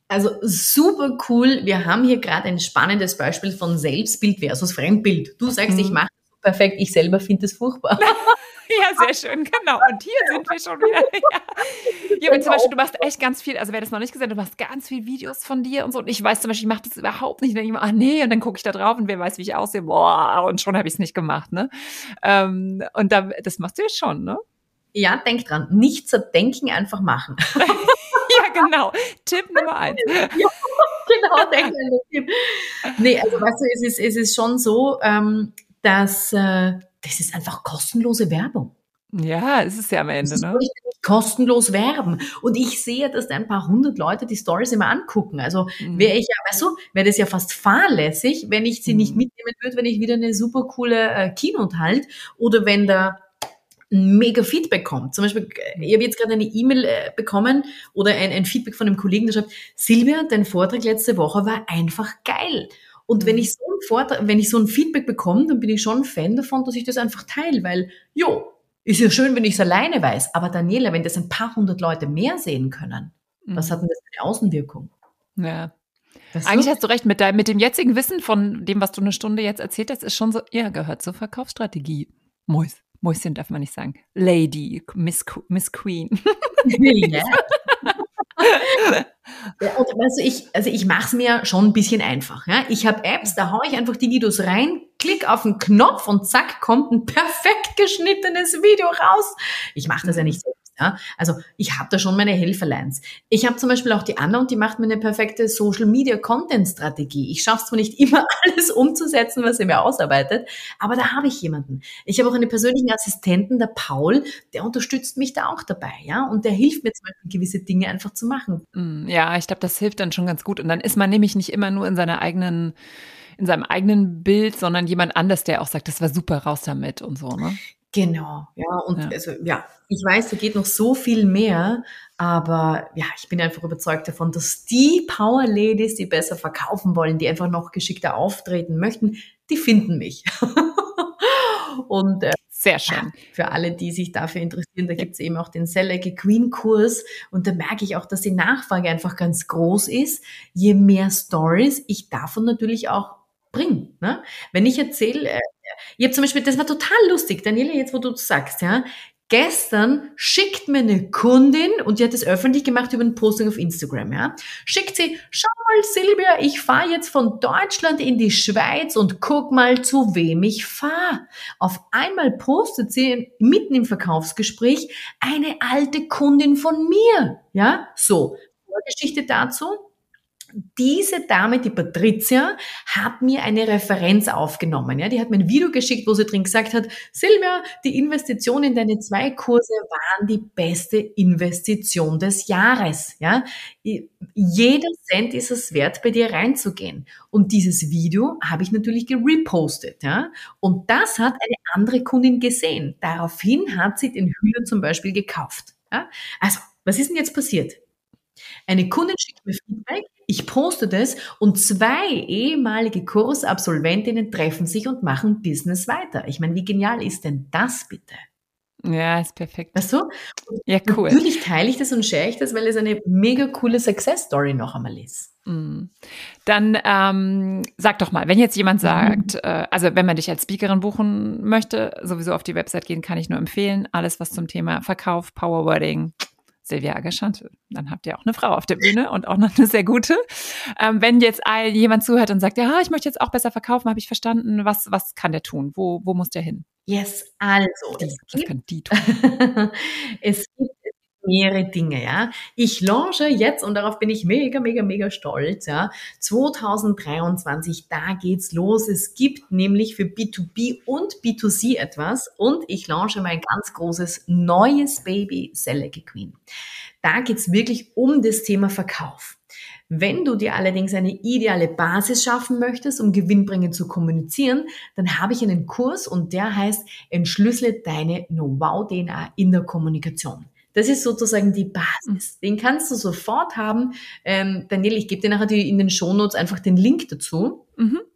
Also super cool. Wir haben hier gerade ein spannendes Beispiel von Selbstbild versus Fremdbild. Du sagst, mhm. ich mache das perfekt, ich selber finde es furchtbar. Ja, sehr schön, genau. Und hier sind wir schon wieder. Ja, ja, zum Beispiel, du machst echt ganz viel, also wer das noch nicht gesehen hat, du machst ganz viel Videos von dir und so. Und ich weiß zum Beispiel, ich mache das überhaupt nicht. Dann denke ich mir, ah nee, und dann gucke ich da drauf und wer weiß, wie ich aussehe. Boah, und schon habe ich es nicht gemacht, ne? Ähm, und da, das machst du ja schon, ne? Ja, denk dran, nicht zerdenken, einfach machen. Ja, genau. Tipp Nummer eins. Ja, genau, denk an den Tipp. Nee, also weißt du, es ist, es ist schon so, ähm, dass äh, das ist einfach kostenlose Werbung. Ja, es ist ja am Ende, ne? Kostenlos werben. Und ich sehe, dass da ein paar hundert Leute die Stories immer angucken. Also mhm. wäre ich ja, weißt du, wäre das ja fast fahrlässig, wenn ich sie mhm. nicht mitnehmen würde, wenn ich wieder eine super coole äh, Keynote halt oder wenn da ein mega Feedback kommt. Zum Beispiel, ich habe jetzt gerade eine E-Mail äh, bekommen oder ein, ein Feedback von einem Kollegen, der schreibt, Silvia, dein Vortrag letzte Woche war einfach geil. Und mhm. wenn ich so ein Vortrag, wenn ich so ein Feedback bekomme, dann bin ich schon ein Fan davon, dass ich das einfach teile, weil, jo, ist ja schön, wenn ich es alleine weiß, aber Daniela, wenn das ein paar hundert Leute mehr sehen können, mhm. was hat denn das für eine Außenwirkung? Ja. Weißt Eigentlich du? Hast du recht, mit, dein, mit dem jetzigen Wissen von dem, was du eine Stunde jetzt erzählt hast, ist schon so, ja, gehört zur Verkaufsstrategie. Mäus, Mäuschen darf man nicht sagen. Lady, Miss, Miss Queen. Ja. Ja, und weißt du, ich, also ich mache es mir schon ein bisschen einfach. Ja? Ich habe Apps, da haue ich einfach die Videos rein, klick auf den Knopf und zack, kommt ein perfekt geschnittenes Video raus. Ich mache das ja nicht selbst. Ja? Also ich habe da schon meine Helferleins. Ich habe zum Beispiel auch die Anna und die macht mir eine perfekte Social-Media-Content-Strategie. Ich schaffe es zwar nicht immer alles umzusetzen, was sie mir ausarbeitet, aber da habe ich jemanden. Ich habe auch einen persönlichen Assistenten, der Paul, der unterstützt mich da auch dabei, ja, und der hilft mir zum Beispiel, gewisse Dinge einfach zu machen. Ja, ich glaube, das hilft dann schon ganz gut. Und dann ist man nämlich nicht immer nur in seiner eigenen, in seinem eigenen Bild, sondern jemand anders, der auch sagt, das war super, raus damit und so, ne? Genau, ja, und ja. also ja, ich weiß, da geht noch so viel mehr, aber ja, ich bin einfach überzeugt davon, dass die Power Ladies, die besser verkaufen wollen, die einfach noch geschickter auftreten möchten, die finden mich. Und äh, sehr schön. Ja, für alle, die sich dafür interessieren, da gibt's eben auch den Sell Like a Queen Kurs und da merke ich auch, dass die Nachfrage einfach ganz groß ist. Je mehr Stories ich davon natürlich auch bringe. Ne? Wenn ich erzähle, äh, ich habe zum Beispiel, das war total lustig, Daniela, jetzt wo du sagst, ja, gestern schickt mir eine Kundin, und die hat das öffentlich gemacht über ein Posting auf Instagram, ja, schickt sie, schau mal Silvia, ich fahre jetzt von Deutschland in die Schweiz und guck mal, zu wem ich fahre. Auf einmal postet sie mitten im Verkaufsgespräch eine alte Kundin von mir, ja, so, Vorgeschichte dazu. Diese Dame, die Patricia, hat mir eine Referenz aufgenommen. Ja, die hat mir ein Video geschickt, wo sie drin gesagt hat, Silvia, die Investition in deine zwei Kurse waren die beste Investition des Jahres. Ja, jeder Cent ist es wert, bei dir reinzugehen. Und dieses Video habe ich natürlich gerepostet. Ja, und das hat eine andere Kundin gesehen. Daraufhin hat sie den Hühner zum Beispiel gekauft. Ja, also, was ist denn jetzt passiert? Eine Kundin schickt mir Feedback, ich poste das und zwei ehemalige Kursabsolventinnen treffen sich und machen Business weiter. Ich meine, wie genial ist denn das bitte? Ja, ist perfekt. Weißt du? Und ja, cool. Natürlich teile ich das und share ich das, weil es eine mega coole Success-Story noch einmal ist. Dann ähm, sag doch mal, wenn jetzt jemand sagt, mhm. äh, also wenn man dich als Speakerin buchen möchte, sowieso auf die Website gehen, kann ich nur empfehlen. Alles, was zum Thema Verkauf, Powerwording, Silvia Agaschante. Dann habt ihr auch eine Frau auf der Bühne und auch noch eine sehr gute. Ähm, wenn jetzt ein, jemand zuhört und sagt, ja, ich möchte jetzt auch besser verkaufen, habe ich verstanden, was, was kann der tun? Wo, wo muss der hin? Yes, also. Die, es was gibt, kann die tun? es gibt mehrere Dinge, ja. Ich launche jetzt, und darauf bin ich mega, mega, mega stolz, ja, zwanzig dreiundzwanzig, da geht's los. Es gibt nämlich für B zwei B und B zwei C etwas und ich launche mein ganz großes neues Baby, Sell Like a Queen. Da geht's wirklich um das Thema Verkauf. Wenn du dir allerdings eine ideale Basis schaffen möchtest, um gewinnbringend zu kommunizieren, dann habe ich einen Kurs und der heißt Entschlüssele deine Know-how-D N A in der Kommunikation. Das ist sozusagen die Basis. Den kannst du sofort haben. Ähm, Daniel, ich gebe dir nachher die, in den Shownotes einfach den Link dazu. Mhm. Das ist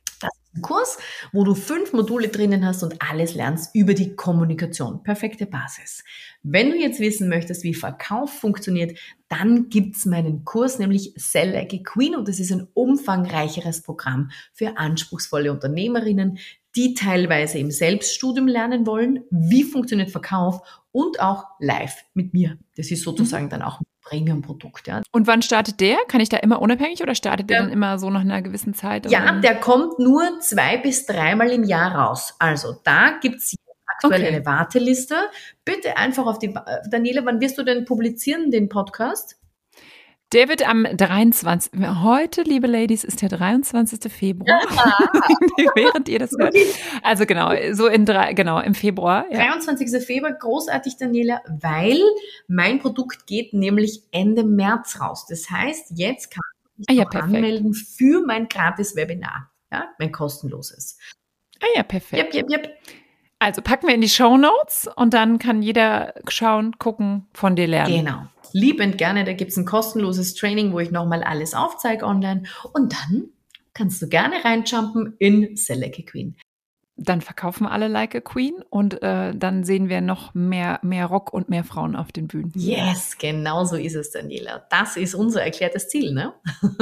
Kurs, wo du fünf Module drinnen hast und alles lernst über die Kommunikation. Perfekte Basis. Wenn du jetzt wissen möchtest, wie Verkauf funktioniert, dann gibt's meinen Kurs, nämlich Sell Like a Queen, und das ist ein umfangreicheres Programm für anspruchsvolle Unternehmerinnen, die teilweise im Selbststudium lernen wollen, wie funktioniert Verkauf, und auch live mit mir. Das ist sozusagen mhm. dann auch ein Premium-Produkt. Ja. Und wann startet der? Kann ich da immer unabhängig oder startet der ja. dann immer so nach einer gewissen Zeit? Ja, oder? Der kommt nur zwei bis dreimal im Jahr raus. Also da gibt's aktuell okay. eine Warteliste. Bitte einfach auf die, Daniela, wann wirst du denn publizieren, den Podcast? Der wird am dreiundzwanzigsten Heute, liebe Ladies, ist der dreiundzwanzigsten Februar. Ja. Während ihr das hört. Also genau, so in drei, genau, im Februar. Ja. dreiundzwanzigsten Februar, großartig, Daniela, weil mein Produkt geht nämlich Ende März raus. Das heißt, jetzt kann ich mich ah, ja, anmelden für mein gratis Webinar. Ja, mein kostenloses. Ah ja, perfekt. Yep, yep, yep. Also packen wir in die Shownotes und dann kann jeder schauen, gucken, von dir lernen. Genau. Liebend gerne, da gibt's ein kostenloses Training, wo ich nochmal alles aufzeige online, und dann kannst du gerne reinjumpen in Sell Like a Queen. Dann verkaufen alle Like a Queen und äh, dann sehen wir noch mehr, mehr Rock und mehr Frauen auf den Bühnen. Yes, genau so ist es, Daniela. Das ist unser erklärtes Ziel, ne?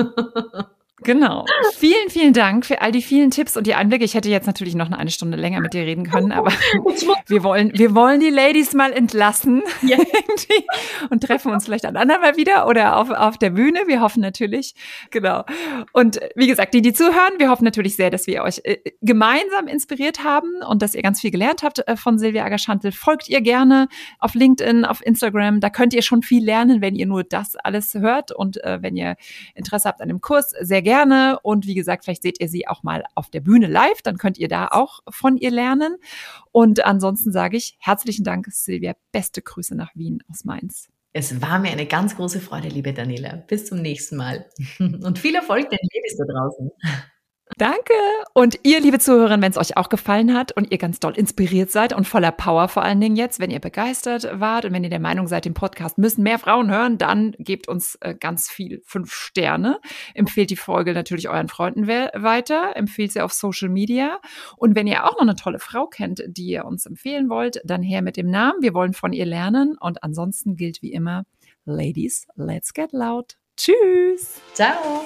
Genau. Vielen, vielen Dank für all die vielen Tipps und die Einblicke. Ich hätte jetzt natürlich noch eine Stunde länger mit dir reden können, aber wir wollen, wir wollen die Ladies mal entlassen ja. und treffen uns vielleicht ein andermal wieder oder auf, auf der Bühne. Wir hoffen natürlich, genau. Und wie gesagt, die, die zuhören, wir hoffen natürlich sehr, dass wir euch äh, gemeinsam inspiriert haben und dass ihr ganz viel gelernt habt äh, von Silvia Agger-Schantel. Folgt ihr gerne auf LinkedIn, auf Instagram. Da könnt ihr schon viel lernen, wenn ihr nur das alles hört, und äh, wenn ihr Interesse habt an dem Kurs, sehr gerne. Und wie gesagt, vielleicht seht ihr sie auch mal auf der Bühne live, dann könnt ihr da auch von ihr lernen. Und ansonsten sage ich herzlichen Dank, Silvia. Beste Grüße nach Wien aus Mainz. Es war mir eine ganz große Freude, liebe Daniela. Bis zum nächsten Mal. Und viel Erfolg den Ladies da draußen. Danke. Und ihr, liebe Zuhörerinnen, wenn es euch auch gefallen hat und ihr ganz doll inspiriert seid und voller Power vor allen Dingen jetzt, wenn ihr begeistert wart und wenn ihr der Meinung seid, den Podcast müssen mehr Frauen hören, dann gebt uns äh, ganz viel fünf Sterne. Empfehlt die Folge natürlich euren Freunden we- weiter. Empfehlt sie auf Social Media. Und wenn ihr auch noch eine tolle Frau kennt, die ihr uns empfehlen wollt, dann her mit dem Namen. Wir wollen von ihr lernen. Und ansonsten gilt wie immer, Ladies, let's get loud. Tschüss. Ciao.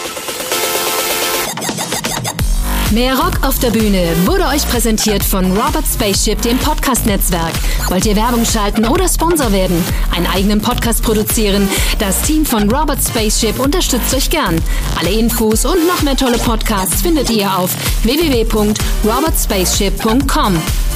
Mehr Rock auf der Bühne wurde euch präsentiert von Robert Spaceship, dem Podcast-Netzwerk. Wollt ihr Werbung schalten oder Sponsor werden? Einen eigenen Podcast produzieren? Das Team von Robert Spaceship unterstützt euch gern. Alle Infos und noch mehr tolle Podcasts findet ihr auf w w w punkt robert spaceship punkt com.